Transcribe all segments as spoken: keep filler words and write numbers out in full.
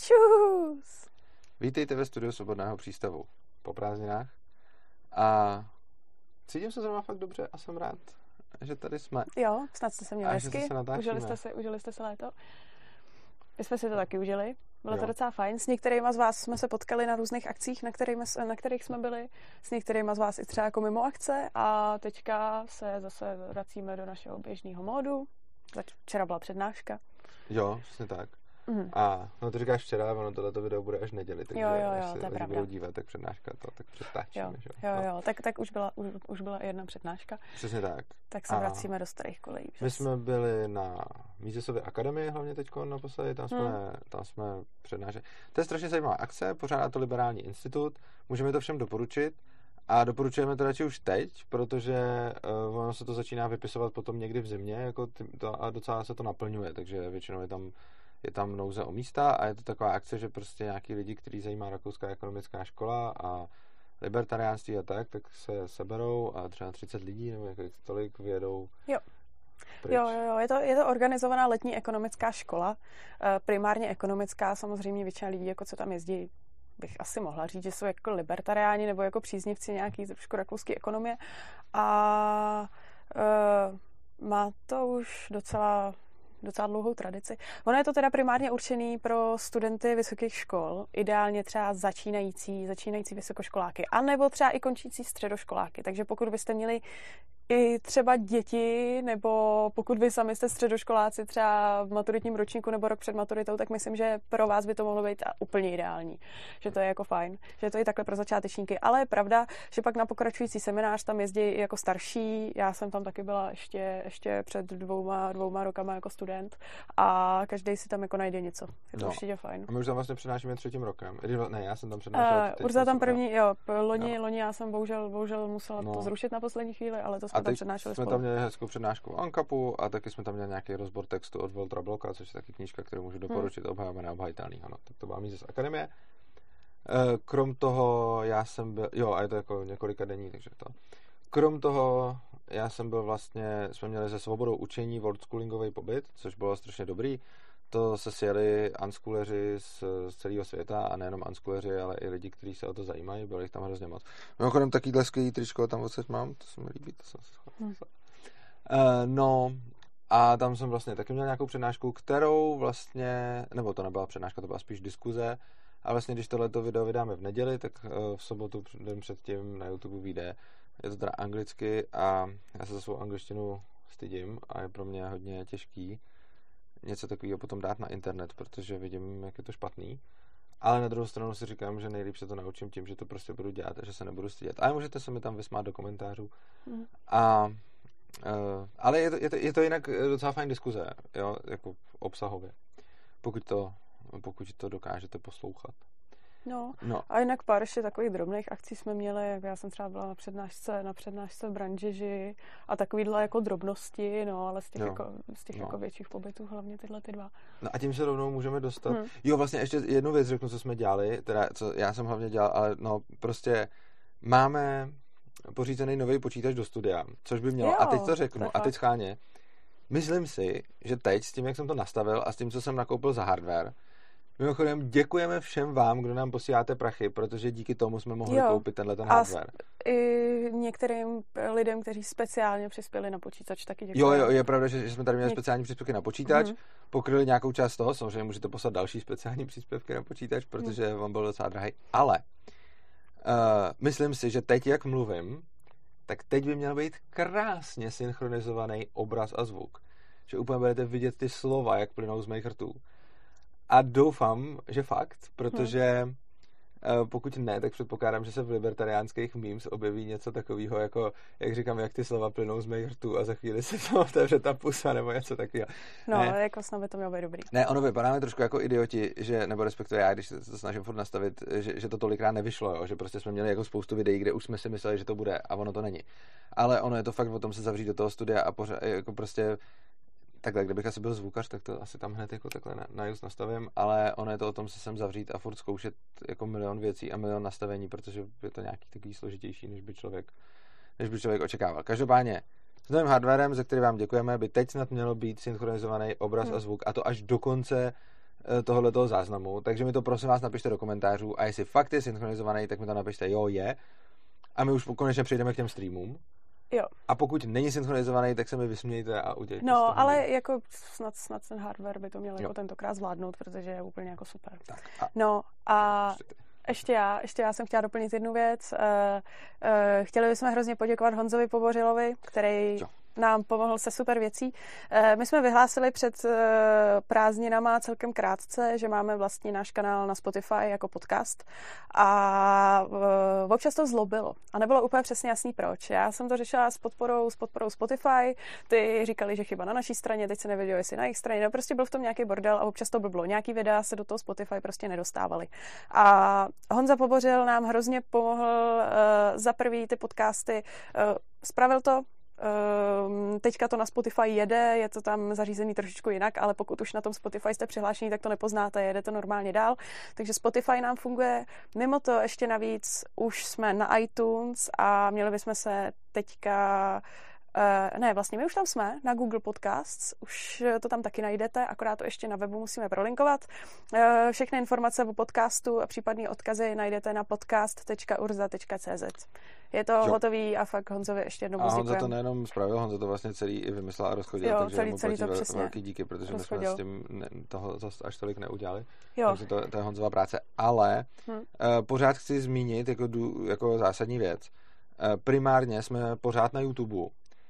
Čus! Vítejte ve studiu Svobodného přístavu po prázdninách a cítím se zrovna fakt dobře a jsem rád, že tady jsme. Jo, snad jste se měli hezky, užili jste, se, užili jste se léto. My jsme si to taky užili, bylo jo. to docela fajn. S některýma z vás jsme se potkali na různých akcích, na, kterými, na kterých jsme byli, s některýma z vás i třeba jako mimo akce a teďka se zase vracíme do našeho běžného módu. Včera byla přednáška. Jo, přesně tak. Mm. A no to říkáš včera, ono tohleto video bude až neděli, takže jo, jo, jo, až se to lidi budou dívat, tak přednáška to, tak přetáčíme, jo, že? Jo, no. jo, tak, tak už, byla, už, už byla jedna přednáška. Přesně tak. Tak se a vracíme do starých kolejí. My jsme byli na Mízesově akademii hlavně teďko naposledy, tam jsme, hmm. tam jsme přednášeli. To je strašně zajímavá akce, pořádá to Liberální institut, můžeme to všem doporučit. A doporučujeme to radši už teď, protože uh, ono se to začíná vypisovat potom někdy v zimě jako ty, to, a docela se to naplňuje, takže většinou je tam, je tam nouze o místa a je to taková akce, že prostě nějaký lidi, který zajímá Rakouská ekonomická škola a libertariánství a tak, tak se seberou a třeba třicet lidí nebo jak tolik vyjedou. Jo. Jo, jo, jo, je to, je to organizovaná letní ekonomická škola, primárně ekonomická, samozřejmě většina lidí, jako co tam jezdí, bych asi mohla říct, že jsou jako libertariáni nebo jako příznivci nějaký trošku rakouské ekonomie a e, má to už docela, docela dlouhou tradici. Ono je to teda primárně určený pro studenty vysokých škol, ideálně třeba začínající, začínající vysokoškoláky, anebo třeba i končící středoškoláky. Takže pokud byste měli i třeba děti, nebo pokud vy sami jste středoškoláci třeba v maturitním ročníku nebo rok před maturitou, tak myslím, že pro vás by to mohlo být úplně ideální. Že to je jako fajn, že to je takhle pro začátečníky. Ale je pravda, že pak na pokračující seminář tam jezdí i jako starší. Já jsem tam taky byla ještě, ještě před dvouma, dvouma rokama jako student a každý si tam jako najde něco. Je to no. určitě fajn. A my už tam vlastně přednášíme třetím rokem. Ne, já jsem tam přednášel. Uh, Urza tam první, jo, loni, no. loni já jsem bohužel, bohužel musela no. to zrušit na poslední chvíli, ale to a teď jsme spolu. Tam měli hezkou přednášku o ANCAPu a taky jsme tam měli nějaký rozbor textu od Waltera Blocka, což je taky knížka, kterou můžu doporučit, hmm. obhajovat neobhajitelný. No, tak to byla Mises Akademie. Krom toho já jsem byl, jo, a je to jako několika denní, takže to. Krom toho já jsem byl vlastně, jsme měli se svobodou učení world schoolingový pobyt, což bylo strašně dobrý. To se sjeli unschooleři z, z celého světa a nejenom unschooleři, ale i lidi, kteří se o to zajímají, bylo jich tam hrozně moc. Mimochodem takovýhle skvělý tričko tam odsaď mám, to se mi líbí, to jsem se hmm. uh, No a tam jsem vlastně taky měl nějakou přednášku, kterou vlastně, nebo to nebyla přednáška, to byla spíš diskuze a vlastně když tohleto video vydáme v neděli, tak uh, v sobotu den předtím na YouTube vyjde. Je to teda anglicky a já se za svou angličtinu stydím a je pro mě hodně těžký něco takového potom dát na internet, protože vidím, jak je to špatný. Ale na druhou stranu si říkám, že nejlíp se to naučím tím, že to prostě budu dělat a že se nebudu stydět. Ale můžete se mi tam vysmát do komentářů. Mm. A, uh, ale je to, je, to, je to jinak docela fajn diskuze, jo, jako obsahově. Pokud to, pokud to dokážete poslouchat. No, no, a jinak pár ještě takových drobných akcí jsme měli, jak já jsem třeba byla na přednášce, na přednášce v branži a takovýhle jako drobnosti, no, ale z těch, jako, z těch no. jako větších pobytů hlavně tyhle ty dva. No a tím se rovnou můžeme dostat. Hmm. Jo, vlastně ještě jednu věc řeknu, co jsme dělali, teda co já jsem hlavně dělal, ale no prostě máme pořízený nový počítač do studia, což by mělo, jo, a teď to řeknu, to a teď schválně, myslím si, že teď s tím, jak jsem to nastavil a s tím, co jsem nakoupil za hardware, mimochodem děkujeme všem vám, kdo nám posíláte prachy, protože díky tomu jsme mohli jo. koupit tenhle ten hardware. A i některým lidem, kteří speciálně přispěli na počítač, taky děkujeme. Jo, jo, je pravda, že jsme tady měli speciální příspěvky na počítač, mm-hmm. pokryli nějakou část toho, samozřejmě můžete poslat další speciální příspěvky na počítač, protože mm. vám byl docela drahý, ale uh, myslím si, že teď, jak mluvím, tak teď by měl být krásně synchronizovaný obraz a zvuk. Že úplně budete vidět ty slova, jak plynou z mých rtů. A doufám, že fakt, protože hmm. pokud ne, tak předpokládám, že se v libertariánských memes objeví něco takového, jako, jak říkám, jak ty slova plynou z mých rtů a za chvíli se to otevře ta pusa nebo něco takového. No, ne. jako snad by to mělo být dobrý. Ne, ono vypadáme trošku jako idioti, že, nebo respektive já, když se to snažím furt nastavit, že, že to tolikrát nevyšlo, jo, že prostě jsme měli jako spoustu videí, kde už jsme si mysleli, že to bude a ono to není. Ale ono je to fakt o tom se zavřít do toho studia a pořád, jako prostě takhle, kdybych asi byl zvukař, tak to asi tam hned jako takhle na, na just nastavím, ale ono je to o tom se sem zavřít a furt zkoušet jako milion věcí a milion nastavení, protože je to nějaký takový složitější, než by člověk, než by člověk očekával. Každopádně s novým hardwarem, ze který vám děkujeme, by teď snad mělo být synchronizovaný obraz hmm. a zvuk, a to až do konce tohoto záznamu, takže mi to prosím vás napište do komentářů a jestli fakt je synchronizovaný, tak mi to napište, jo, je. A my už konečně přejdeme k těm streamům. Jo. A pokud není synchronizovaný, tak se mi vysmějte a udělejte. No, ale video. Jako snad, snad ten hardware by to měl jako tentokrát zvládnout, protože je úplně jako super. Tak a... No a ještě já, ještě já jsem chtěla doplnit jednu věc. Uh, uh, chtěli bychom hrozně poděkovat Honzovi Pobořilovi, který jo. nám pomohl se super věcí. My jsme vyhlásili před prázdninama celkem krátce, že máme vlastně náš kanál na Spotify jako podcast a občas to zlobilo. A nebylo úplně přesně jasný proč. Já jsem to řešila s podporou, s podporou Spotify, ty říkali, že chyba na naší straně, teď se nevědělo, jestli na jejich straně. No prostě byl v tom nějaký bordel a občas to blblo. Nějaký videa se do toho Spotify prostě nedostávaly. A Honza Pobořil nám hrozně pomohl za prvý ty podcasty, spravil to. Uh, teďka to na Spotify jede, je to tam zařízený trošičku jinak, ale pokud už na tom Spotify jste přihlášení, tak to nepoznáte, jede to normálně dál. Takže Spotify nám funguje. Mimo to ještě navíc už jsme na iTunes a měli bychom se teďka Uh, ne, vlastně my už tam jsme, na Google Podcasts, už to tam taky najdete, akorát to ještě na webu musíme prolinkovat. Uh, všechny informace o podcastu a případné odkazy najdete na podcast tečka urza tečka cé zet. Je to jo. hotový a fakt Honzovi ještě jednou moc děkujem. A Honza to nejenom spravil, Honza to vlastně celý i vymyslel a rozchodil, jo, takže celý, mu celý to platí přesně velký díky, protože rozchodil. My jsme s tím ne, toho zase až tolik neudělali. Jo. Takže to, to je Honzova práce, ale hmm. uh, pořád chci zmínit jako, jako zásadní věc. Uh, primárně jsme pořád na YouTube.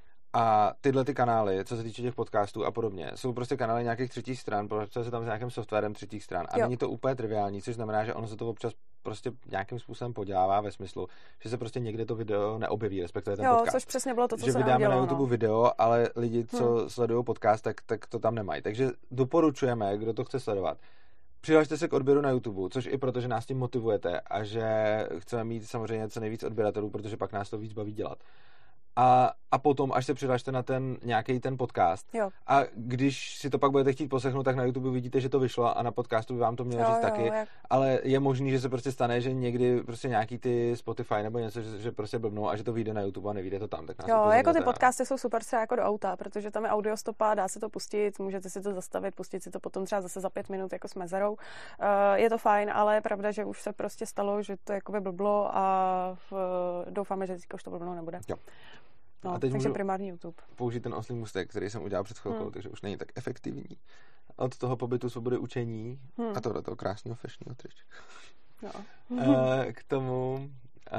A tyhle ty kanály, co se týče těch podcastů a podobně, jsou prostě kanály nějakých třetích stran, protože se tam s nějakým softwarem třetích stran. A jo. není to úplně triviální, což znamená, že ono se to občas prostě nějakým způsobem podělává ve smyslu, že se prostě někde to video neobjeví, respektive ten jo, podcast. Což přesně bylo to, co že se vydáme dělo, na YouTube no. video, ale lidi, co hmm. sledují podcast, tak, tak to tam nemají. Takže doporučujeme, kdo to chce sledovat. Přihlašte se k odběru na YouTube, což i proto, že nás tím motivujete a že chceme mít samozřejmě co nejvíc odběratelů, protože pak nás to víc baví dělat. A, a potom, až se přihlašte na ten nějaký ten podcast. Jo. A když si to pak budete chtít poslechnout, tak na YouTube vidíte, že to vyšlo a na podcastu by vám to mělo jo, říct jo, taky. Jak... Ale je možný, že se prostě stane, že někdy prostě nějaký ty Spotify nebo něco, že, že prostě blbnou a že to vyjde na YouTube a nevyjde to tam. Tak nás jo, jako ty podcasty jsou super třeba jako do auta, protože tam je audiostopa, dá se to pustit, můžete si to zastavit, pustit si to potom třeba zase za pět minut jako s mezerou. Uh, je to fajn, ale je pravda, že už se prostě stalo, že to jakoby blblo a uh, doufáme, že teďka už to blbnou nebude. Jo. No, a teď takže primární YouTube. Použít ten oslý můstek, který jsem udělal před chvilkou, hmm. takže už není tak efektivní. Od toho pobytu svobody učení hmm. a tohle toho krásného fešního trička. No. K tomu,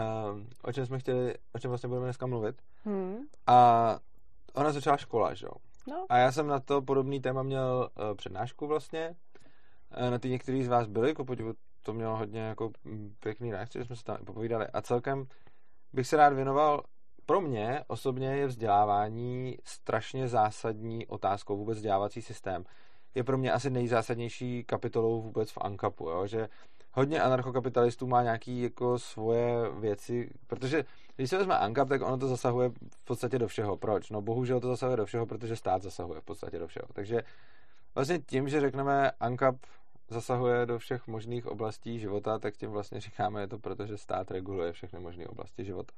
o čem jsme chtěli, o čem vlastně budeme dneska mluvit. Hmm. A ona začala škola, že jo? No. A já jsem na to podobný téma měl přednášku vlastně. Na ty některý z vás byli, jako podivu, to mělo hodně jako pěkný reakce, že jsme se tam popovídali. A celkem bych se rád věnoval. Pro mě osobně je vzdělávání strašně zásadní otázkou, vůbec vzdělávací systém. Je pro mě asi nejzásadnější kapitolou vůbec v ANCAPu, jo? Že hodně anarchokapitalistů má nějaké jako svoje věci, protože když se vezme ANCAP, tak ono to zasahuje v podstatě do všeho. Proč? No bohužel to zasahuje do všeho, protože stát zasahuje v podstatě do všeho. Takže vlastně tím, že řekneme ANCAP zasahuje do všech možných oblastí života, tak tím vlastně říkáme, je to proto, že stát reguluje všechny možné oblasti života.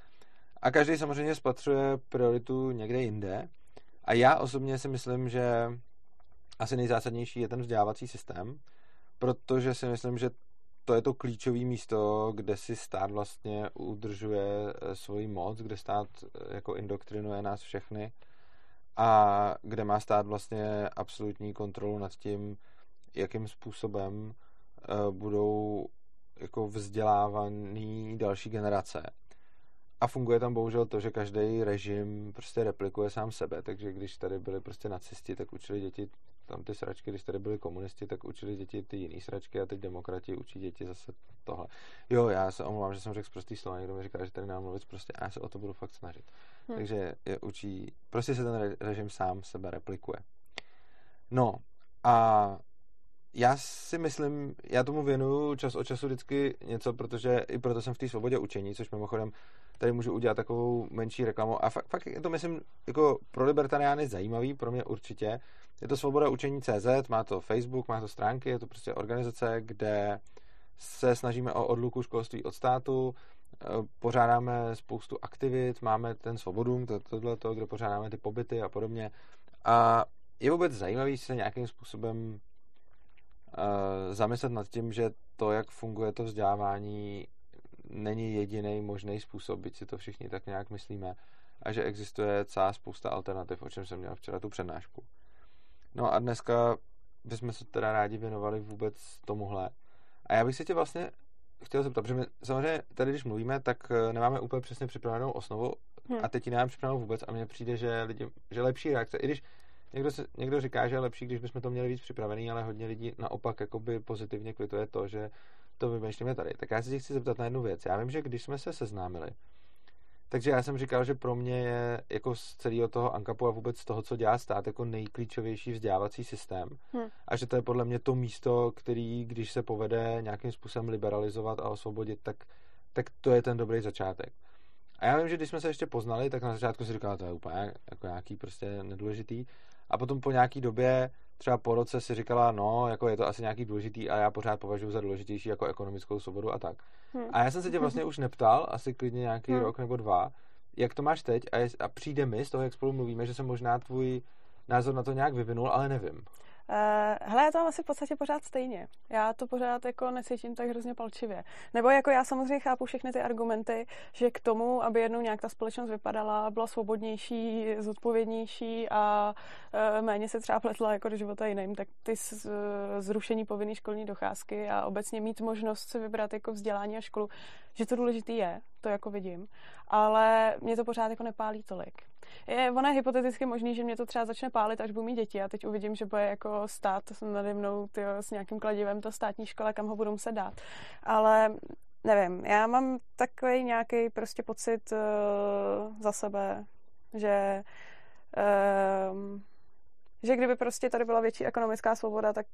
A každý samozřejmě spatřuje prioritu někde jinde. A já osobně si myslím, že asi nejzásadnější je ten vzdělávací systém, protože si myslím, že to je to klíčové místo, kde si stát vlastně udržuje svoji moc, kde stát jako indoktrinuje nás všechny a kde má stát vlastně absolutní kontrolu nad tím, jakým způsobem budou jako vzdělávaný další generace. A funguje tam bohužel to, že každý režim prostě replikuje sám sebe, takže když tady byli prostě nacisti, tak učili děti tam ty sračky, když tady byli komunisti, tak učili děti ty jiný sračky a teď demokrati učí děti zase tohle. Jo, já se omlouvám, že jsem řekl prostý slovo, někdo mi říká, že tady nám mluvit prostě a já se o to budu fakt snažit. Hmm. Takže je učí, prostě se ten režim sám sebe replikuje. No a já si myslím, já tomu věnuju čas od času vždycky něco, protože i proto jsem v té svobodě učení, což mimochodem tady můžu udělat takovou menší reklamu a fakt, fakt je to, myslím, jako pro libertariány zajímavý, pro mě určitě. Je to svoboda učení tečka cé zet, má to Facebook, má to stránky, je to prostě organizace, kde se snažíme o odluku školství od státu, pořádáme spoustu aktivit, máme ten svobodům, to, tohleto, kde pořádáme ty pobyty a podobně. A je vůbec zajímavý se nějakým způsobem zamyslet nad tím, že to, jak funguje to vzdělávání, není jediný možný způsob, byť si to všichni tak nějak myslíme, a že existuje celá spousta alternativ, o čem jsem měl včera tu přednášku. No a dneska bychom se teda rádi věnovali vůbec tomuhle. A já bych se tě vlastně chtěl zeptat, protože my samozřejmě tady, když mluvíme, tak nemáme úplně přesně připravenou osnovu hmm. a teď ji nemám připravenou vůbec a mně přijde, že, lidi, že lepší reakce, i když někdo, se, někdo říká, že je lepší, když bychom to měli víc připravený, ale hodně lidí naopak jakoby pozitivně kvituje to, že to vymýšlíme tady. Tak já se tě chci zeptat na jednu věc. Já vím, že když jsme se seznámili, takže já jsem říkal, že pro mě je jako z celého toho ANCAPu a vůbec z toho, co dělá stát, jako nejklíčovější vzdělávací systém. Hmm. A že to je podle mě to místo, který, když se povede nějakým způsobem liberalizovat a osvobodit, tak, tak to je ten dobrý začátek. A já vím, že když jsme se ještě poznali, tak na začátku si říkal, to je úplně jako nějaký prostě nedůležitý. A potom po nějaký době, třeba po roce si říkala, no, jako je to asi nějaký důležitý a já pořád považuji za důležitější jako ekonomickou svobodu a tak. Hmm. A já jsem se tě vlastně už neptal, asi klidně nějaký hmm. rok nebo dva, jak to máš teď a, je, a přijde mi z toho, jak spolu mluvíme, že jsem možná tvůj názor na to nějak vyvinul, ale nevím. Uh, hele, já to mám asi v podstatě pořád stejně. Já to pořád jako necítím tak hrozně palčivě. Nebo jako já samozřejmě chápu všechny ty argumenty, že k tomu, aby jednou nějak ta společnost vypadala, byla svobodnější, zodpovědnější a uh, méně se třeba pletla jako do života jiným, tak ty z, uh, zrušení povinné školní docházky a obecně mít možnost si vybrat jako vzdělání a školu, že to důležitý je, to jako vidím, ale mě to pořád jako nepálí tolik. Je, ono je hypoteticky možný, že mě to třeba začne pálit, až budu mít děti a teď uvidím, že bude jako stát nade mnou tyjo, s nějakým kladivem ta státní škola, kam ho budu muset dát. Ale nevím, já mám takový nějaký prostě pocit uh, za sebe, že uh, že kdyby prostě tady byla větší ekonomická svoboda, tak,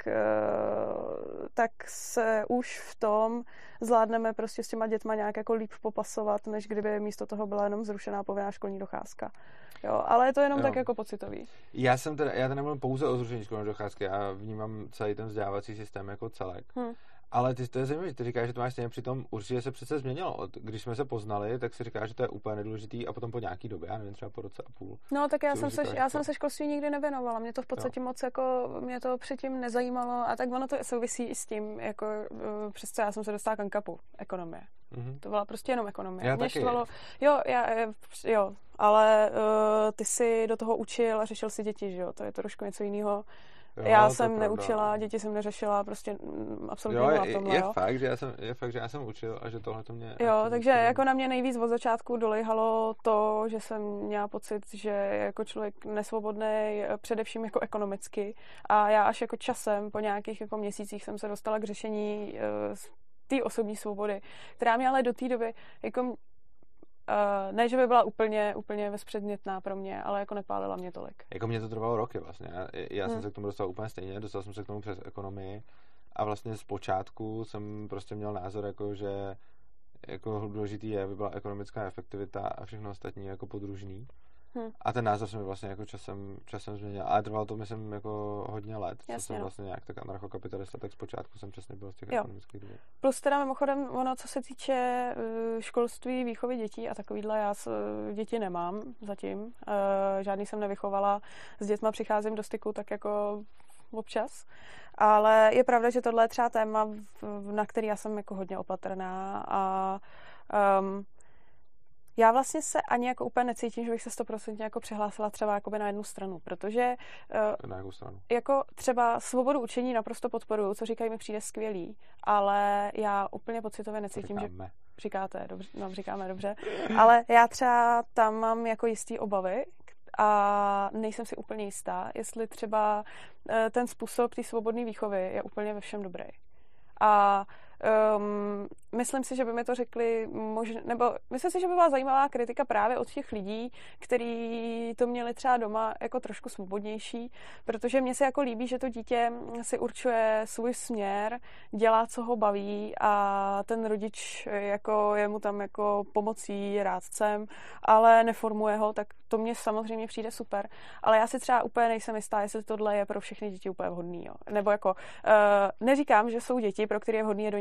tak se už v tom zvládneme prostě s těma dětma nějak jako líp popasovat, než kdyby místo toho byla jenom zrušená povinná školní docházka. Jo, ale je to jenom jo. tak jako pocitový. Já jsem teda, já teda nemluvím pouze o zrušení školní docházky, já vnímám celý ten vzdělávací systém jako celek. Hmm. Ale ty, to je zajímavé, ty říkáš, že to máš stejně, přitom určitě se přece změnilo. Když jsme se poznali, tak si říkáš, že to je úplně nedůležitý a potom po nějaký době, já nevím, třeba po roce a půl. No tak já jsem se, já jsem se školství nikdy nevěnovala, mě to v podstatě jo. moc jako, mě to předtím nezajímalo a tak ono to souvisí i s tím, jako přes co já jsem se dostala k ANCAPu, ekonomie. Mm-hmm. To byla prostě jenom ekonomie. Já mě taky. Štvalo, jo, já, jo, ale uh, ty si do toho učil a řešil si děti, že jo, to je trošku něco jiného. Jo, já jsem neučila, děti jsem neřešila, prostě absolutně jo, byla v tomhle, je, jo. Fakt, že já jsem, je fakt, že já jsem učil a že tohle to mě... Jo, takže nevím. Jako na mě nejvíc od začátku dolejhalo to, že jsem měla pocit, že jako člověk nesvobodný, především jako ekonomicky. A já až jako časem, po nějakých jako měsících jsem se dostala k řešení uh, té osobní svobody, která mě ale do té doby jako Uh, ne, že by byla úplně, úplně bezpředmětná pro mě, ale jako nepálila mě tolik. Jako mě to trvalo roky vlastně. Já, já hmm. jsem se k tomu dostal úplně stejně, dostal jsem se k tomu přes ekonomii a vlastně z počátku jsem prostě měl názor, jako, že jako důležitý je, aby byla ekonomická efektivita a všechno ostatní jako podružný. Hmm. A ten názor se mi vlastně jako časem, časem změnil. Ale trvalo to, myslím, jako hodně let. Jasně, co jsem no. vlastně nějak tak anarchokapitalista, tak zpočátku jsem přesně byl z těch jo. ekonomických důvodů. Plus teda mimochodem, ono, co se týče uh, školství, výchovy dětí a takovýhle, já uh, děti nemám zatím. Uh, žádný jsem nevychovala. S dětma přicházím do styku tak jako občas. Ale je pravda, že tohle je třeba téma, na který já jsem jako hodně opatrná a um, já vlastně se ani jako úplně necítím, že bych se stoprocentně jako přihlásila třeba jakoby na jednu stranu, protože uh, na jakou stranu? Jako třeba svobodu učení naprosto podporuju, co říkají mi přijde skvělý, ale já úplně pocitově necítím, že říkáte, dobře, no říkáme dobře, ale já třeba tam mám jako jistý obavy a nejsem si úplně jistá, jestli třeba uh, ten způsob té svobodné výchovy je úplně ve všem dobrý. A Um, myslím si, že by mi to řekli možná, nebo myslím si, že by byla zajímavá kritika právě od těch lidí, kteří to měli třeba doma jako trošku svobodnější, protože mně se jako líbí, že to dítě si určuje svůj směr, dělá, co ho baví a ten rodič jako je mu tam jako pomocí, rádcem, ale neformuje ho, tak to mně samozřejmě přijde super, ale já si třeba úplně nejsem jistá, jestli tohle je pro všechny děti úplně vhodný, jo. Nebo jako uh, neříkám, že jsou děti, pro které je vhodný je do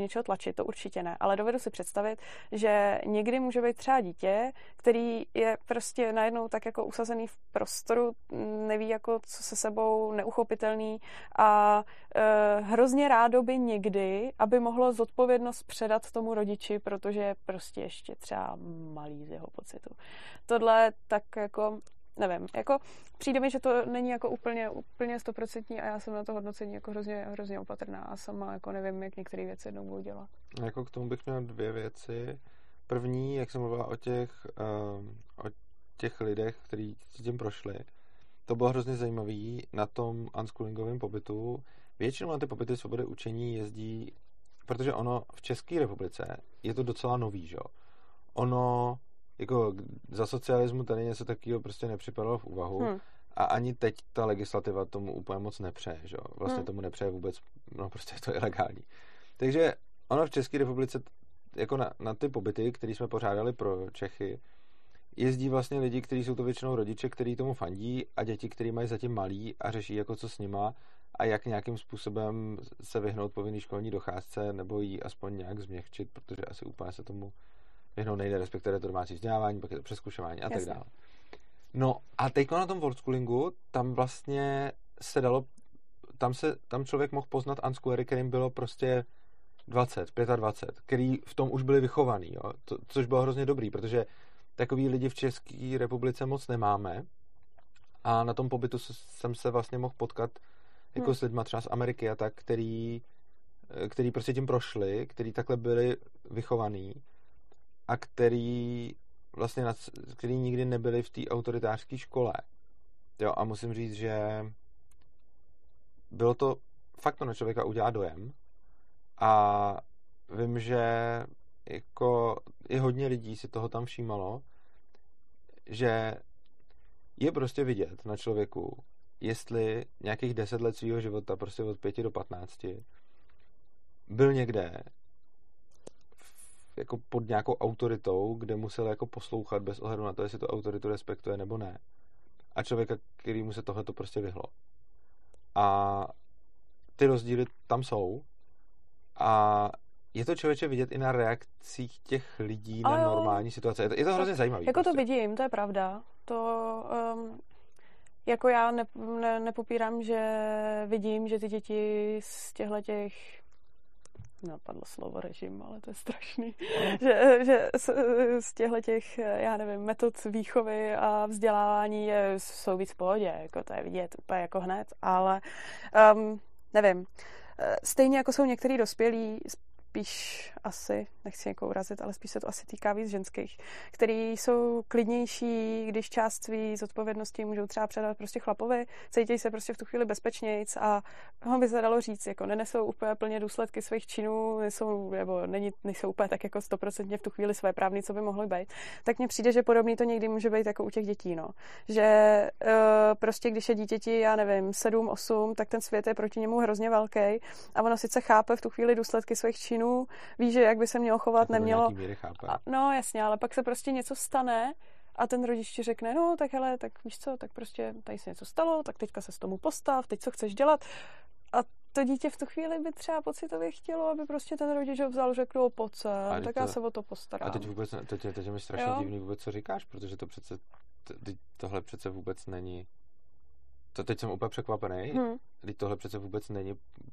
něčeho tlačit, to určitě ne, ale dovedu si představit, že někdy může být třeba dítě, který je prostě najednou tak jako usazený v prostoru, neví jako co se sebou, neuchopitelný a e, hrozně rádo by někdy, aby mohlo zodpovědnost předat tomu rodiči, protože je prostě ještě třeba malý z jeho pocitu. Tohle tak jako nevím, jako přijde mi, že to není jako úplně, úplně stoprocentní a já jsem na to hodnocení jako hrozně, hrozně opatrná a sama jako nevím, jak některé věci jednou budou dělat. Jako k tomu bych měl dvě věci. První, jak jsem mluvila o těch, um, o těch lidech, kteří tím prošli, to bylo hrozně zajímavý na tom unschoolingovém pobytu. Většinou na ty pobyty svobody učení jezdí, protože ono v České republice je to docela nový, že jo. Ono jako za socialismu tady něco takového prostě nepřipadalo v úvahu hmm. a ani teď ta legislativa tomu úplně moc nepřeje, že jo. Vlastně hmm. tomu nepřeje vůbec, no prostě to je ilegální. Takže ono v České republice jako na, na ty pobyty, které jsme pořádali pro Čechy, jezdí vlastně lidi, kteří jsou to většinou rodiče, kteří tomu fandí a děti, kteří mají zatím malí a řeší jako co s nima a jak nějakým způsobem se vyhnout povinný školní docházce nebo jí aspoň nějak změkčit, protože asi úplně se tomu vyhnout nejde, respektive to domácí vzdělávání, pak je to přezkušování a tak dále. No a teď na tom worldschoolingu, tam vlastně se dalo, tam se, tam člověk mohl poznat unschoolery, kterým bylo prostě dvacet, dvacet pět, který v tom už byli vychovaný, jo? To, což bylo hrozně dobrý, protože takový lidi v České republice moc nemáme a na tom pobytu jsem se vlastně mohl potkat jako hmm. s lidma třeba z Ameriky a tak, který, který prostě tím prošli, který takhle byli vychovaný a který vlastně nad, který nikdy nebyli v té autoritářské škole. Jo, a musím říct, že bylo to fakt to na člověka udělá dojem a vím, že jako i hodně lidí si toho tam všímalo, že je prostě vidět na člověku, jestli nějakých deset let svýho života, prostě od pěti do patnácti, byl někde jako pod nějakou autoritou, kde musel jako poslouchat bez ohledu na to, jestli to autoritu respektuje nebo ne. A člověka, kterýmu se tohle to prostě vyhlo. A ty rozdíly tam jsou. A je to člověče vidět i na reakcích těch lidí na normální situace. Je to, je to hrozně zajímavé. Jako prostě. To vidím, to je pravda. To um, jako já ne, ne, nepopírám, že vidím, že ty děti z těchto těch napadlo slovo režim, ale to je strašný, že, že z, z těchto těch, já nevím, metod výchovy a vzdělávání je, jsou víc v pohodě, jako to je vidět úplně jako hned, ale um, nevím. Stejně jako jsou některý dospělí, spíš asi, nechci někoho urazit, ale spíš se to asi týká víc ženských, který jsou klidnější, když část svý zodpovědnosti můžou třeba předat prostě chlapovi, cítí se prostě v tu chvíli bezpečnějc a ho by se dalo říct, jako nenesou úplně plně důsledky svých činů, nejsou, nebo není, nejsou úplně tak jako stoprocentně v tu chvíli své právní, co by mohly být. Tak mně přijde, že podobný to někdy může být jako u těch dětí, no. Že uh, prostě když je dítěti, já nevím, sedm, osm, tak ten svět je proti němu hrozně velký a ono sice chápe v tu chvíli důsledky svých činů, ví, že jak by se mělo chovat, nemělo. A, no jasně, ale pak se prostě něco stane a ten rodič ti řekne, no tak hele, tak víš co, tak prostě tady se něco stalo, tak teďka se s tomu postav, teď co chceš dělat. A to dítě v tu chvíli by třeba pocitově chtělo, aby prostě ten rodič ho vzal, řekl, no pojď sem, tak to, já se o to postarám. A teď vůbec, teď, teď je mi strašně jo? divný vůbec, co říkáš, protože to přece, teď tohle přece vůbec není, to teď jsem úplně překvapený, hmm. teď tohle přece vůbec není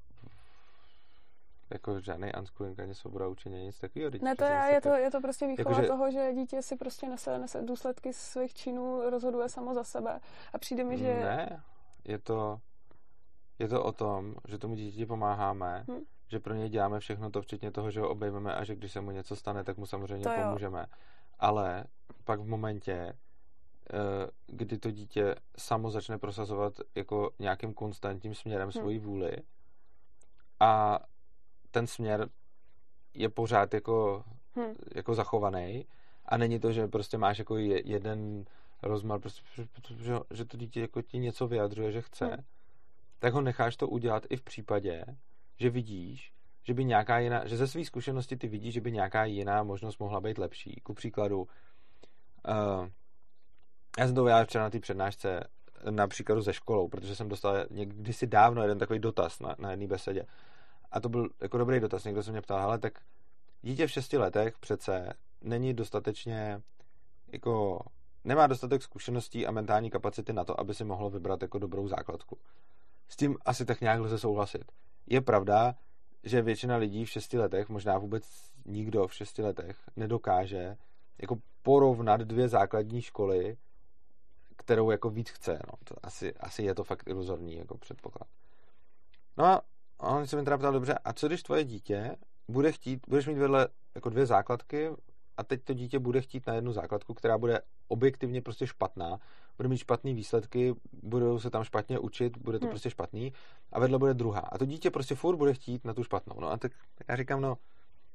jako žádný unschooling, ani svoboda učení, nic takového. Ne, to je, je, to, je to prostě výchova jako, že... toho, že dítě si prostě nese, nese důsledky svých činů, rozhoduje samo za sebe. A přijde mi, že... Ne, je to, je to o tom, že tomu dítěti pomáháme, hmm. že pro něj děláme všechno to, včetně toho, že ho obejmeme a že když se mu něco stane, tak mu samozřejmě to pomůžeme. Jo. Ale pak v momentě, kdy to dítě samo začne prosazovat jako nějakým konstantním směrem hmm. svoji vůli a ten směr je pořád jako, hmm. jako zachovaný a není to, že prostě máš jako jeden rozmar, prostě, že, že to dítě jako ti něco vyjadřuje, že chce, hmm. tak ho necháš to udělat i v případě, že vidíš, že by nějaká jiná, že ze své zkušenosti ty vidíš, že by nějaká jiná možnost mohla být lepší. Ku příkladu, uh, já jsem to vyjádřil včera na té přednášce na příkladu ze školou, protože jsem dostal kdysi dávno jeden takový dotaz na, na jedné besedě. a to byl jako dobrý dotaz, někdo se mě ptal, hele, tak dítě v šesti letech přece není dostatečně, jako, nemá dostatek zkušeností a mentální kapacity na to, aby si mohlo vybrat jako dobrou základku. S tím asi tak nějak lze souhlasit. Je pravda, že většina lidí v šesti letech, možná vůbec nikdo v šesti letech, nedokáže jako porovnat dvě základní školy, kterou jako víc chce. No. To asi, asi je to fakt iluzorní jako předpoklad. No a on se mi teda ptal, dobře, a co když tvoje dítě bude chtít, budeš mít vedle jako dvě základky a teď to dítě bude chtít na jednu základku, která bude objektivně prostě špatná, bude mít špatný výsledky, budou se tam špatně učit, bude to hmm. prostě špatný a vedle bude druhá. A to dítě prostě furt bude chtít na tu špatnou. No a tak, tak já říkám, no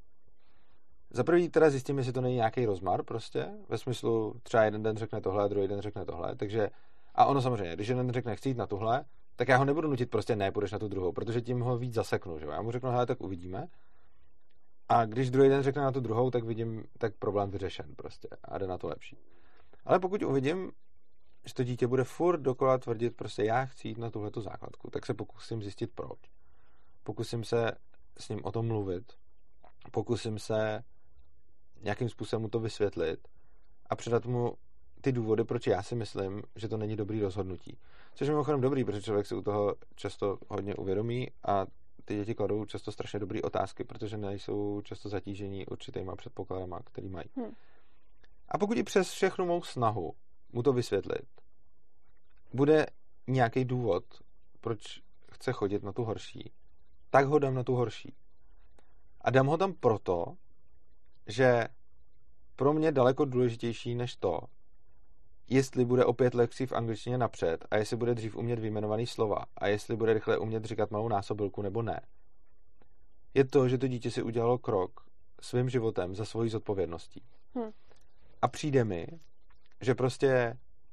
za prvý teda zjistím, jestli to není nějaký rozmar prostě, ve smyslu třeba jeden den řekne tohle a druhý den řekne tohle, takže a ono samozřejmě, když jeden den řekne chci jít na tuhle, tak já ho nebudu nutit prostě ne, půjdeš na tu druhou, protože tím ho víc zaseknu, že jo. Já mu řeknu, hele, tak uvidíme. A když druhý den řekne na tu druhou, tak vidím, tak problém vyřešen prostě a jde na to lepší. Ale pokud uvidím, že to dítě bude furt dokola tvrdit prostě já chci jít na tuhletu základku, tak se pokusím zjistit proč. Pokusím se s ním o tom mluvit, pokusím se nějakým způsobem mu to vysvětlit a předat mu ty důvody, proč já si myslím, že to není dobrý rozhodnutí. Což je mimochodem dobrý, protože člověk si u toho často hodně uvědomí a ty děti kladou často strašně dobrý otázky, protože nejsou často zatížení určitýma předpokladama, který mají. Hmm. A pokud i přes všechnu mou snahu mu to vysvětlit, bude nějaký důvod, proč chce chodit na tu horší, tak ho dám na tu horší. A dám ho tam proto, že pro mě daleko důležitější než to, jestli bude o pět lekcí v angličtině napřed a jestli bude dřív umět vyjmenovaný slova a jestli bude rychle umět říkat malou násobilku nebo ne, je to, že to dítě si udělalo krok svým životem za svojí zodpovědností. Hmm. A přijde mi, že prostě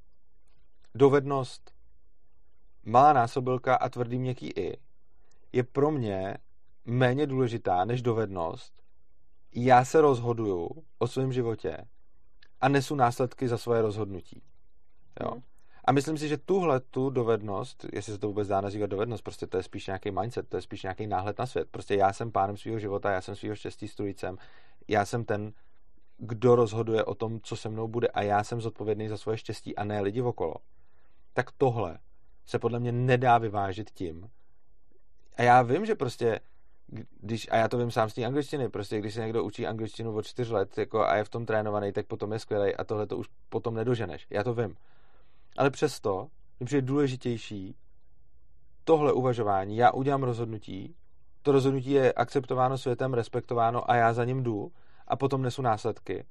dovednost malá násobilka a tvrdý měkký i je pro mě méně důležitá než dovednost já se rozhoduju o svém životě a nesu následky za svoje rozhodnutí. Jo? Hmm. A myslím si, že tuhle tu dovednost, jestli se to vůbec dá nazývat dovednost, prostě to je spíš nějaký mindset, to je spíš nějaký náhled na svět. Prostě já jsem pánem svého života, já jsem svého štěstí strůjcem, já jsem ten, kdo rozhoduje o tom, co se mnou bude a já jsem zodpovědný za svoje štěstí a ne lidi okolo. Tak tohle se podle mě nedá vyvážit tím. A já vím, že prostě když, a já to vím sám z té angličtiny, prostě když se někdo učí angličtinu od čtyř let jako, a je v tom trénovaný, tak potom je skvělej a tohle to už potom nedoženeš. Já to vím. Ale přesto mi přijde důležitější tohle uvažování. Já udělám rozhodnutí, to rozhodnutí je akceptováno světem, respektováno a já za ním jdu a potom nesu následky,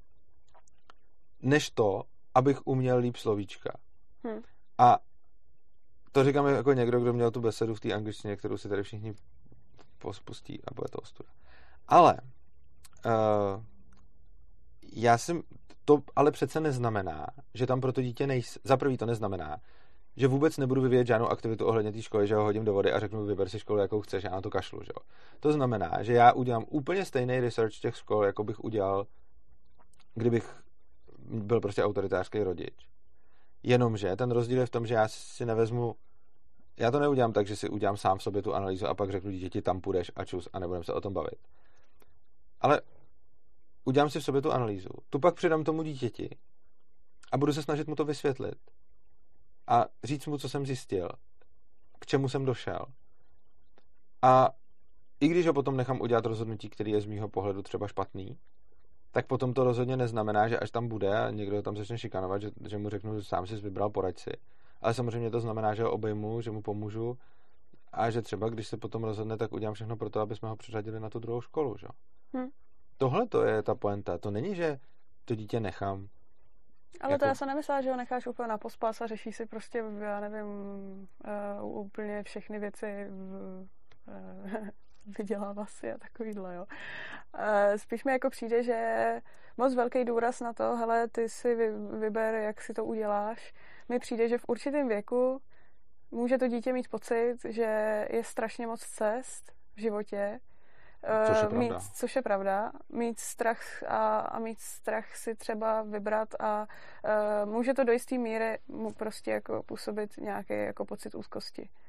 než to, abych uměl líp slovíčka. Hmm. A to říkám jako někdo, kdo měl tu besedu v té angličtině, kterou si tady všichni pospustí a bude to ostuda. Ale uh, já jsem to ale přece neznamená, že tam pro to dítě nejsem. Za prvý to neznamená, že vůbec nebudu vyvíjet žádnou aktivitu ohledně té školy, že ho hodím do vody a řeknu, vyber si školu, jakou chceš, já na to kašlu. Že? To znamená, že já udělám úplně stejný research těch škol, jako bych udělal, kdybych byl prostě autoritářský rodič. Jenomže ten rozdíl je v tom, že já si nevezmu, já to neudělám tak, že si udělám sám v sobě tu analýzu a pak řeknu dítěti, tam půjdeš a čus a nebudeme se o tom bavit. Ale udělám si v sobě tu analýzu, tu pak předám tomu dítěti a budu se snažit mu to vysvětlit a říct mu, co jsem zjistil, k čemu jsem došel. A i když ho potom nechám udělat rozhodnutí, který je z mýho pohledu třeba špatný, tak potom to rozhodně neznamená, že až tam bude a někdo tam začne šikanovat, že, že mu řeknu, že sám si vybral, poraď si. Ale samozřejmě to znamená, že ho obejmu, že mu pomůžu a že třeba, když se potom rozhodne, tak udělám všechno pro to, aby jsme ho přiřadili na tu druhou školu. Že? Hmm. Tohle to je ta pointa. To není, že to dítě nechám. Ale jako... to já se nemyslela, že ho necháš úplně na pospas a řeší si prostě, já nevím, uh, úplně všechny věci v, uh, vydělává si a takovýhle, jo. Uh, spíš mi jako přijde, že moc velký důraz na to, hele, ty si vy, vyber, jak si to uděláš. Mi přijde, že v určitém věku může to dítě mít pocit, že je strašně moc cest v životě, Což je mít, což je pravda, mít strach a, a mít strach si třeba vybrat a uh, může to do jisté míry mu prostě jako působit nějaký jako pocit úzkosti.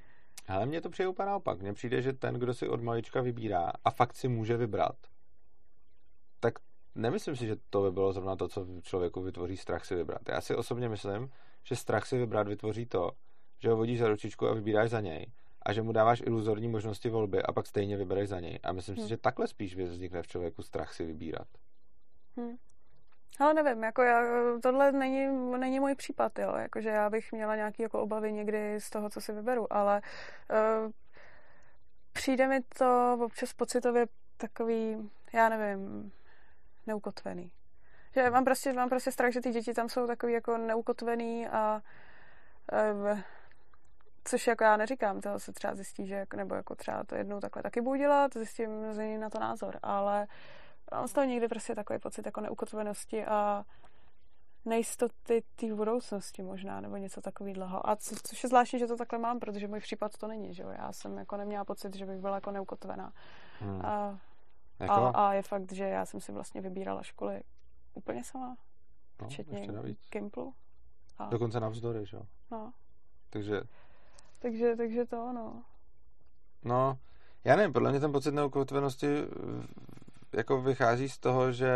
Ale mně to přijde úplně naopak. Mně přijde, že ten, kdo si od malička vybírá a fakt si může vybrat, tak nemyslím si, že to by bylo zrovna to, co člověku vytvoří strach si vybrat. Já si osobně myslím, že strach si vybrat vytvoří to, že ho vodíš za ručičku a vybíráš za něj a že mu dáváš iluzorní možnosti volby a pak stejně vybereš za něj. A myslím hmm. si, že takhle spíš vznikne v člověku strach si vybírat. Hmm. Ale nevím, jako já, tohle není, není můj případ, jo, jakože já bych měla nějaký jako obavy někdy z toho, co si vyberu, ale uh, přijde mi to občas pocitově takový, já nevím, neukotvený. Že mám prostě, mám prostě strach, že ty děti tam jsou takový jako neukotvený a uh, což jako já neříkám, toho se třeba zjistí, že jako, nebo jako třeba to jednou takhle taky budu dělat, zjistím z na to názor, ale mám z toho někdy prostě takový pocit jako neukotvenosti a nejistoty té budoucnosti možná, nebo něco takového. A co, což je zvláštní, že to takhle mám, protože můj případ to není, že jo. Já jsem jako neměla pocit, že bych byla jako neukotvená. Hmm. A, a, a je fakt, že já jsem si vlastně vybírala školy úplně sama. No, včetně Gimplu. A... Dokonce navzdory, že jo. No. Takže... Takže, takže to, no. No, já nevím, podle mě ten pocit neukotvenosti jako vychází z toho, že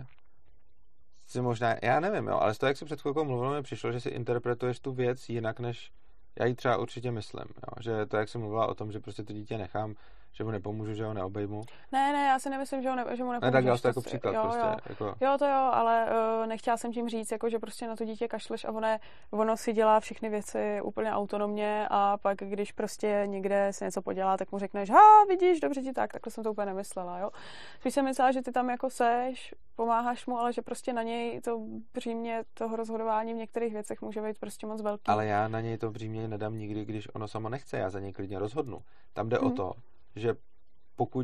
si možná, já nevím, jo, ale z toho, jak si před chvilkou mluvil, mi přišlo, že si interpretuješ tu věc jinak, než já ji třeba určitě myslím, jo, že to, jak jsi mluvila o tom, že prostě to dítě nechám, že mu nepomůžu, že ho neobejmu. Ne, ne, já si nemyslím, že, ho ne, že mu nepomůžu. Ne, tak dal jsi to jako příklad jo, prostě. Jo. Jako... jo, to jo, ale uh, nechtěla jsem tím říct, jako, že prostě na to dítě kašleš a ono, ono si dělá všechny věci úplně autonomně a pak, když prostě někde si něco podělá, tak mu řekneš, ha, vidíš, dobře ti tak, takhle jsem to úplně nemyslela, jo. Spíš jsem myslela, že ty tam jako seš, pomáháš mu, ale že prostě na něj to břímě toho rozhodování v některých věcech může být prostě moc velký. Ale já na něj to břímě nedám nikdy, když ono samo nechce, já za něj klidně rozhodnu. Tam jde hmm. o to, že pokud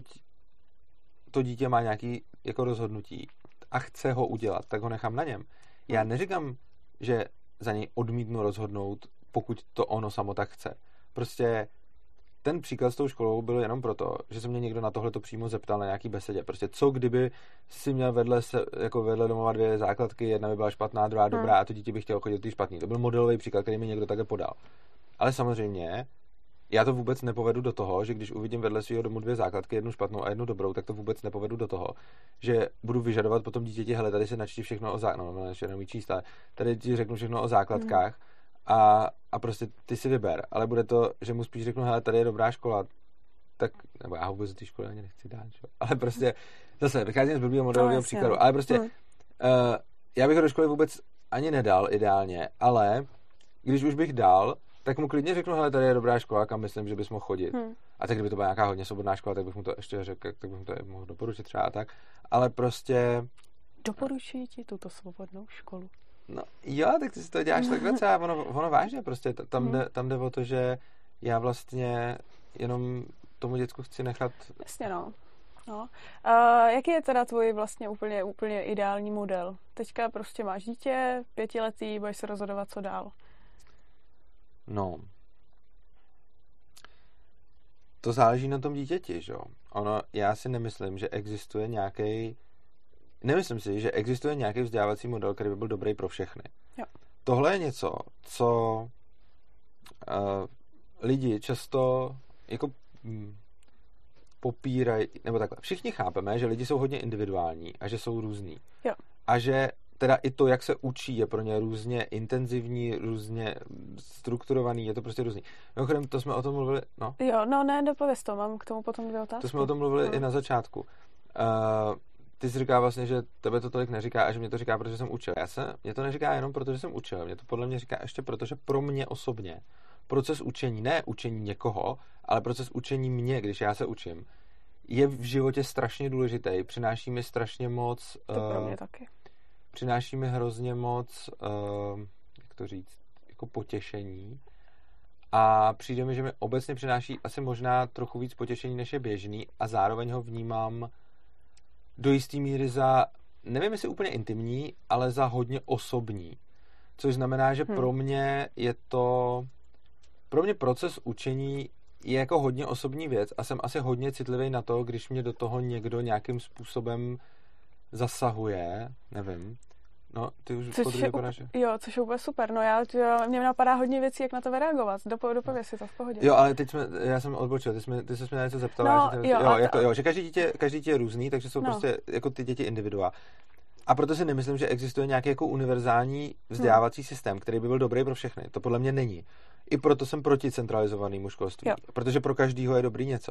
to dítě má nějaký jako rozhodnutí a chce ho udělat, tak ho nechám na něm. Já neříkám, že za něj odmítnu rozhodnout, pokud to ono samo tak chce. Prostě ten příklad s tou školou byl jenom proto, že se mě někdo na tohle to přímo zeptal na nějaký besedě. Prostě co kdyby si měl vedle, se, jako vedle domova dvě základky, jedna by byla špatná, druhá dobrá hmm. a to dítě by chtělo chodit do té špatný. To byl modelový příklad, který mi někdo takhle podal. Ale samozřejmě já to vůbec nepovedu do toho, že když uvidím vedle svého domu dvě základky, jednu špatnou a jednu dobrou, tak to vůbec nepovedu do toho, že budu vyžadovat potom dítěti, hele, tady se načti všechno o základkách, no, ještě nemůžu číst, ale tady ti řeknu všechno o základkách a, a prostě ty si vyber, ale bude to, že mu spíš řeknu, hele, tady je dobrá škola, tak, nebo já vůbec do té školy ani nechci dát, že? Ale prostě, zase, vycházím z blbýho modelového no, příkladu, ale prostě, hmm. uh, já bych ho do školy vůbec ani nedal ideálně, ale když už bych dal, tak mu klidně řeknu, hele, tady je dobrá škola, kam myslím, že bys mohl chodit. Hmm. A tak kdyby to byla nějaká hodně svobodná škola, tak bych mu to ještě řekl, tak bych mu to mohl doporučit třeba a tak. Ale prostě... Doporučuji ti tuto svobodnou školu. No jo, tak ty si to děláš takhle třeba, ono, ono vážně prostě, tam, hmm. jde, tam jde o to, že já vlastně jenom tomu děcku chci nechat... Jasně, no. No. A jaký je teda tvůj vlastně úplně, úplně ideální model? Teďka prostě máš dítě, pětiletý, budeš se rozhodovat, co dál. No, to záleží na tom dítěti, že jo. Ono, já si nemyslím, že existuje nějaký, nemyslím si, že existuje nějaký vzdělávací model, který by byl dobrý pro všechny. Jo. Tohle je něco, co uh, lidi často jako hm, popírají, nebo takhle. Všichni chápeme, že lidi jsou hodně individuální a že jsou různý. Jo. A že teda i to, jak se učí, je pro ně různě intenzivní, různě strukturovaný, je to prostě různý. Mimochodem, to jsme o tom mluvili, no? Jo, no ne, dopověz to, mám k tomu potom dvě otázky. To jsme o tom mluvili no. i na začátku. Uh, ty jsi říká vlastně, že tebe to tolik neříká a že mě to říká, protože jsem učil. Já se, mě to neříká jenom proto, že jsem učil, mě to podle mě říká ještě proto, že pro mě osobně proces učení, ne učení někoho, ale proces učení mě, když já se učím, je v životě strašně důležitý, přináší mi strašně moc... To uh, pro mě taky. Přináší mi hrozně moc, uh, jak to říct, jako potěšení a přijde mi, že mi obecně přináší asi možná trochu víc potěšení, než je běžný a zároveň ho vnímám do jistý míry za, nevím jestli úplně intimní, ale za hodně osobní. Což znamená, že hmm. pro mě je to, pro mě proces učení je jako hodně osobní věc a jsem asi hodně citlivý na to, když mě do toho někdo nějakým způsobem zasahuje, nevím, No, ty už což podruhé po naše. Jo, což je úplně super. No já, já mě napadá hodně věcí, jak na to reagovat. Dopo, dopověz si to v pohodě. Jo, ale teď jsme, já jsem odbočil, ty, jsme, ty jsi mě něco zeptala. No, že, ty, jo, jo, to, jako, jo, že každý dítě, každý dítě je různý, takže jsou no. prostě jako ty děti individua. A proto si nemyslím, že existuje nějaký jako univerzální vzdělávací hmm. systém, který by byl dobrý pro všechny. To podle mě není. I proto jsem proti centralizovanému školství, jo. protože pro každýho je dobrý něco.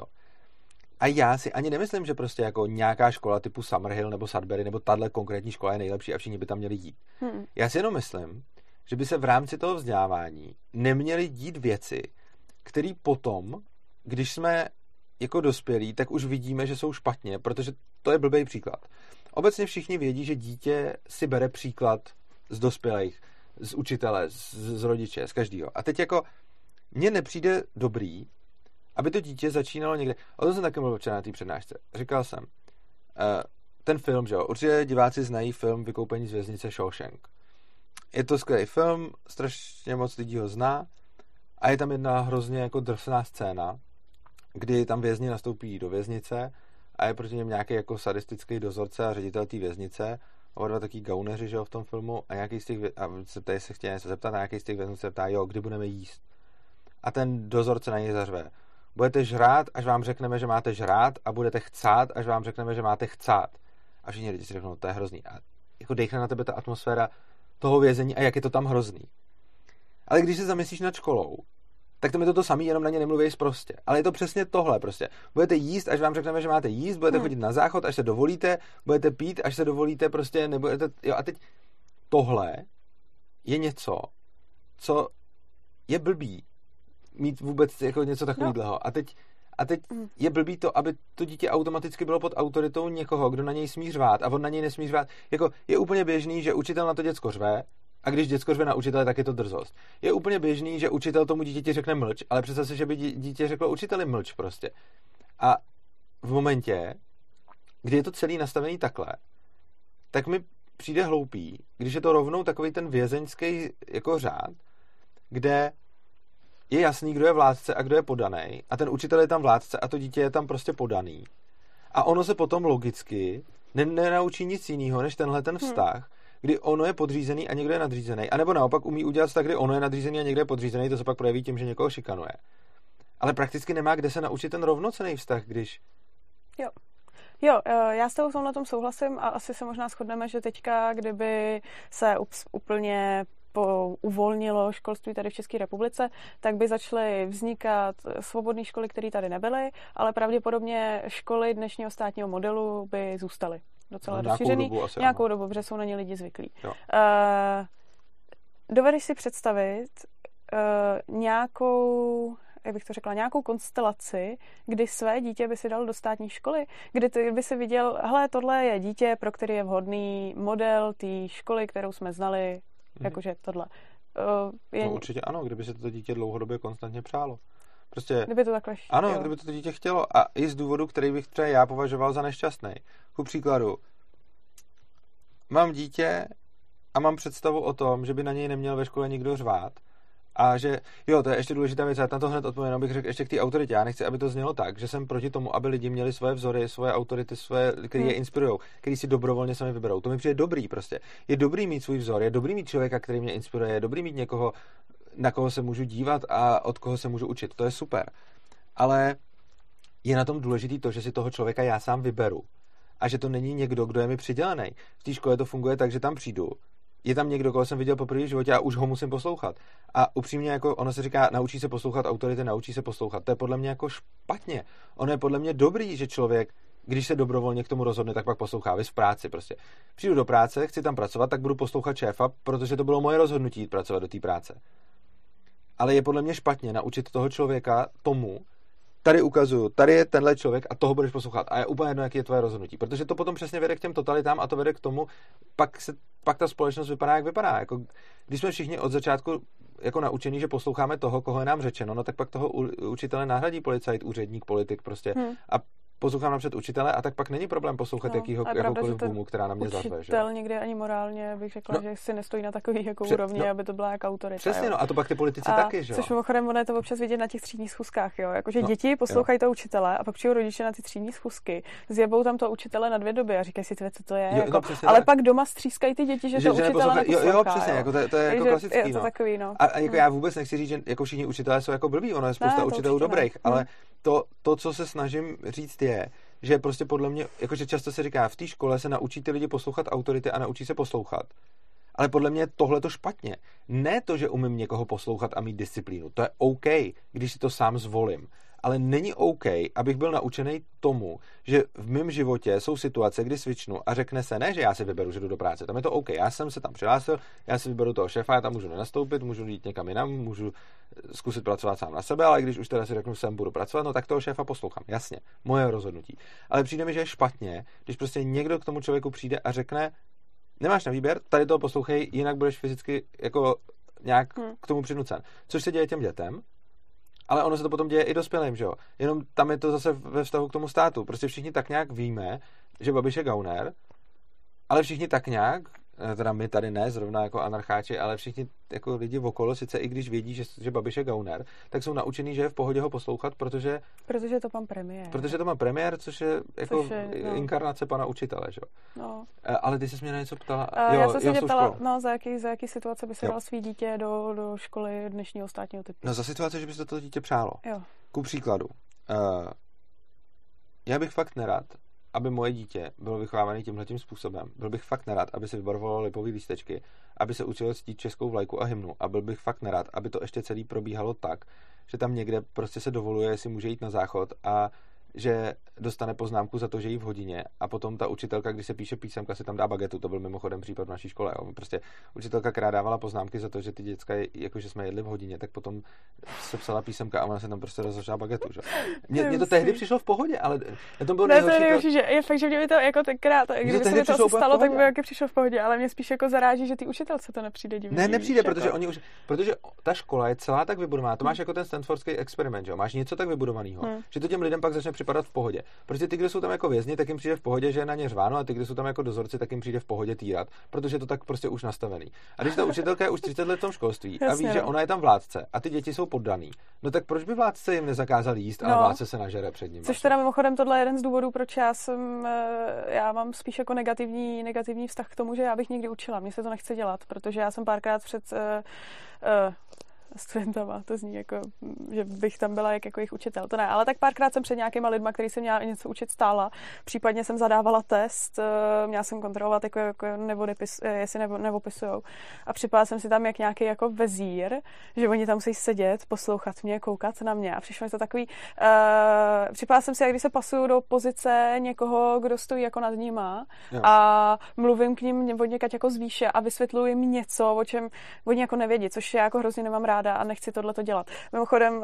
A já si ani nemyslím, že prostě jako nějaká škola typu Summerhill nebo Sudbury nebo tahle konkrétní škola je nejlepší a všichni by tam měli jít. Hmm. Já si jenom myslím, že by se v rámci toho vzdělávání neměly dít věci, které potom, když jsme jako dospělí, tak už vidíme, že jsou špatně, protože to je blbý příklad. Obecně všichni vědí, že dítě si bere příklad z dospělých, z učitele, z, z rodiče, z každého. A teď jako mně nepřijde dobrý, aby to dítě začínalo někde. O tom jsem taky mluvil včera na té přednášce. Říkal jsem, uh, ten film, že jo, určitě diváci znají film Vykoupení z věznice Shawshank. Je to skvělý film, strašně moc lidí ho zná a je tam jedna hrozně jako drsná scéna, kdy tam vězni nastoupí do věznice a je proti něm nějaký jako sadistický dozorce a ředitel té věznice, oba dva taky gauneři, že jo, v tom filmu a nějaký z těch, a se ptají se chtějí něco zeptat a nějaký z těch vězňů se ptá, jo, kdy budeme jíst. A ten dozorce na něj zařve. Budete žrát, až vám řekneme, že máte žrát a budete chcát, až vám řekneme, že máte chcát. A všichni lidi si řeknou, no, to je hrozný. A jako dejchne na tebe ta atmosféra toho vězení a jak je to tam hrozný. Ale když se zamyslíš nad školou, tak to mi to to samý, jenom na ně nemluví prostě. Ale je to přesně tohle prostě. Budete jíst, až vám řekneme, že máte jíst, budete hmm. chodit na záchod, až se dovolíte, budete pít, až se dovolíte, prostě nebudete... Jo, a teď tohle je něco, co je blbý mít vůbec jako něco takového. No. A teď, a teď mm. je blbý to, aby to dítě automaticky bylo pod autoritou někoho, kdo na něj smí řvát a on na něj nesmí řvát. Jako je úplně běžný, že učitel na to děcko řve a když děcko řve na učitele, tak je to drzost. Je úplně běžný, že učitel tomu dítěti řekne mlč, ale představ si, že by dítě řeklo učiteli mlč prostě. A v momentě, kdy je to celý nastavený takhle, tak mi přijde hloupý, když je to rovnou takový ten vězeňský jako řád, kde je jasný, kdo je vládce a kdo je podaný a ten učitel je tam vládce a to dítě je tam prostě podaný. A ono se potom logicky nenaučí nic jiného, než tenhle ten vztah, hmm. kdy ono je podřízený a někdo je nadřízený. A nebo naopak umí udělat vztah, kdy ono je nadřízený a někdo je podřízený, to se pak projeví tím, že někoho šikanuje. Ale prakticky nemá kde se naučit ten rovnocenný vztah, když... Jo. Jo, já s tebou na tom souhlasím a asi se možná shodneme, že teďka, kdyby se úplně uvolnilo školství tady v České republice, tak by začaly vznikat svobodné školy, které tady nebyly, ale pravděpodobně školy dnešního státního modelu by zůstaly docela no, rozšířený. Dobu asi, nějakou dobu, protože jsou na ně lidi zvyklí. Uh, dovedeš si představit uh, nějakou jak bych to řekla, nějakou konstelaci, kdy své dítě by si dal do státní školy, kdy ty by si viděl, hele, tohle je dítě, pro který je vhodný model té školy, kterou jsme znali, hmm. jakože tohle. Uh, je... No určitě ano, kdyby se to dítě dlouhodobě konstantně přálo. Prostě, kdyby to takhle šlo. Ano, jo. Kdyby to dítě chtělo. A i z důvodu, který bych třeba já považoval za nešťastný. Ku příkladu, mám dítě a mám představu o tom, že by na něj neměl ve škole nikdo řvát. A že, jo, to je ještě důležitá věc, já na to hned odpovím, bych řekl ještě k té autoritě. Já nechci, aby to znělo tak, že jsem proti tomu, aby lidi měli svoje vzory, svoje autority, svoje, které hmm. je inspirují, který si dobrovolně sami vyberou. To mi přijde dobrý prostě. Je dobrý mít svůj vzor, je dobrý mít člověka, který mě inspiruje, je dobrý mít někoho, na koho se můžu dívat a od koho se můžu učit. To je super. Ale je na tom důležitý to, že si toho člověka já sám vyberu. A že to není někdo, kdo je mi přidělený. V té škole to funguje tak, že tam přijdu. Je tam někdo, koho jsem viděl poprvé v životě a už ho musím poslouchat. A upřímně, jako ono se říká, naučí se poslouchat autority, naučí se poslouchat. To je podle mě jako špatně. Ono je podle mě dobrý, že člověk, když se dobrovolně k tomu rozhodne, tak pak poslouchá. Vy v práci prostě. Přijdu do práce, chci tam pracovat, tak budu poslouchat šéfa, protože to bylo moje rozhodnutí jít pracovat do té práce. Ale je podle mě špatně naučit toho člověka tomu, tady ukazuju, tady je tenhle člověk a toho budeš poslouchat. A je úplně jedno, jaký je tvoje rozhodnutí. Protože to potom přesně vede k těm totalitám a to vede k tomu, pak, se, pak ta společnost vypadá, jak vypadá. Jako, když jsme všichni od začátku jako naučení, že posloucháme toho, koho je nám řečeno, no tak pak toho u, učitele nahradí policajt, úředník, politik prostě. Hmm. A poslouchám napřed učitele a tak pak není problém poslouchat no, jakýho, jakoukoliv bumu, která na mě zarve. Učitel někdy ani morálně bych řekla, no, že si nestojí na takový jako Před, úrovni, no, aby to byla jako autorita. Přesně, jo. no a to pak ty politici a, taky, že jo. Což mimochodem ono je to občas vidět na těch třídních schůzkách, jo. Jakože no, děti poslouchají to učitele a pak přijdou rodiče na ty třídní schůzky, zjebou tam to učitele na dvě doby a říkají si, co to je. Jo, jako, no, ale tak. pak doma střískají ty děti, že, že to že učitele neposlouchá. Jo, jo, přesně, jo. Jako to, to je jako klasický. Je to no. takový, no. A, a jako hmm. já vůbec nechci říct, že jako všichni učitelé jsou jako blbí, ono je spousta ne, učitelů dobrých, ne. ale hmm. to, to, co se snažím říct je, že prostě podle mě, jakože často se říká, v té škole se naučí ty lidi poslouchat autority a naučí se poslouchat. Ale podle mě je tohle to špatně. Ne to, že umím někoho poslouchat a mít disciplínu. To je OK, když si to sám zvolím. Ale není OK, abych byl naučený tomu, že v mém životě jsou situace, kdy switchnu a řekne se, ne, že já si vyberu, že jdu do práce. Tam je to OK. Já jsem se tam přihlásil, já si vyberu toho šéfa, já tam můžu nenastoupit, můžu jít někam jinam, můžu zkusit pracovat sám na sebe, ale když už teda si řeknu, sem budu pracovat, no tak toho šéfa poslouchám. Jasně, moje rozhodnutí. Ale přijde mi, že je špatně, když prostě někdo k tomu člověku přijde a řekne, nemáš na výběr, tady toho poslouchej, jinak budeš fyzicky jako nějak hmm. k tomu přinucen. Což se děje těm dětem, ale ono se to potom děje i dospělým, že jo. Jenom tam je to zase ve vztahu k tomu státu. Prostě všichni tak nějak víme, že Babiš je gauner, ale všichni tak nějak, teda my tady ne, zrovna jako anarcháči, ale všichni jako lidi okolo, sice i když vědí, že, že Babiš je gauner, tak jsou naučený, že je v pohodě ho poslouchat, protože... Protože to pan premiér. Protože to má premiér, což je jako což je, no. inkarnace pana učitele, že jo. No. Ale ty jsi mě na něco ptala. Uh, jo, já jsem se jo, ptala, no, za jaký, za jaký situace by se jo. dal svý dítě do, do školy dnešního státního typu. No za situace, že by se to dítě přálo. Jo. Ku příkladu. Uh, já bych fakt nerad, aby moje dítě bylo vychovávané tímhletím způsobem. Byl bych fakt nerad, aby se vybarvovalo lipový lístečky, aby se učilo ctít českou vlajku a hymnu a byl bych fakt nerad, aby to ještě celý probíhalo tak, že tam někde prostě se dovoluje, jestli může jít na záchod a že dostane poznámku za to, že jí v hodině a potom ta učitelka, když se píše písemka, si tam dá bagetu. To byl mimochodem případ v naší škole. Jo. Prostě učitelka, která dávala poznámky za to, že ty děcka, jakože jsme jedli v hodině, tak potom se psala písemka a ona se tam prostě rozhořela bagetu. Že? Mně, mně to tehdy přišlo v pohodě, ale na tom bylo ne, nejhorší. To je, to... že je fakt, že mě by to jako tenkrát, kdyby se mi to asi stalo, tak by jako přišlo v pohodě, ale mě spíš jako zaráží, že ty učitelce to nepřijde divný. Ne, nepřijde, víš, protože jako... oni už, protože ta škola je celá tak vybudovaná. To máš jako ten stanfordský experiment, že jo? Máš něco tak vybudovaného, hmm. že to těm lidem pak začne připadat v pohodě. Protože ty, kdo jsou tam jako vězni, tak jim přijde v pohodě, že je na ně řváno, a ty, kdo jsou tam jako dozorci, tak jim přijde v pohodě týrat, protože to tak prostě už nastavený. A když ta učitelka je už třicet let v tom školství a ví, že ona je tam vládce a ty děti jsou poddaný, no tak proč by vládce jim nezakázal jíst, no. A vládce se nažere před ním? Což teda mimochodem tohle je jeden z důvodů, proč já jsem, já mám spíš jako negativní, negativní vztah k tomu, že já bych někdy učila. Mně se to nechce dělat, protože já jsem párkrát před uh, uh, studentama, to zní jako, že bych tam byla jak jako jejich učitel, to ne, ale tak párkrát jsem před nějakýma lidma, který jsem měla něco učit, stála, případně jsem zadávala test, měla jsem kontrolovat, jako, jako nevodepis, jestli nebo, nevopisujou a připadala jsem si tam jak nějaký jako vezír, že oni tam musí sedět, poslouchat mě, koukat na mě a přišlo mi to takový, uh, připadala jsem si, jak když se pasuju do pozice někoho, kdo stojí jako nad nima jo. A mluvím k ním od někaď jako z výše a vysvětluji jim něco, o čem oni jako nevědí, což já jako hrozně nemám ráda a nechci tohleto dělat. Mimochodem,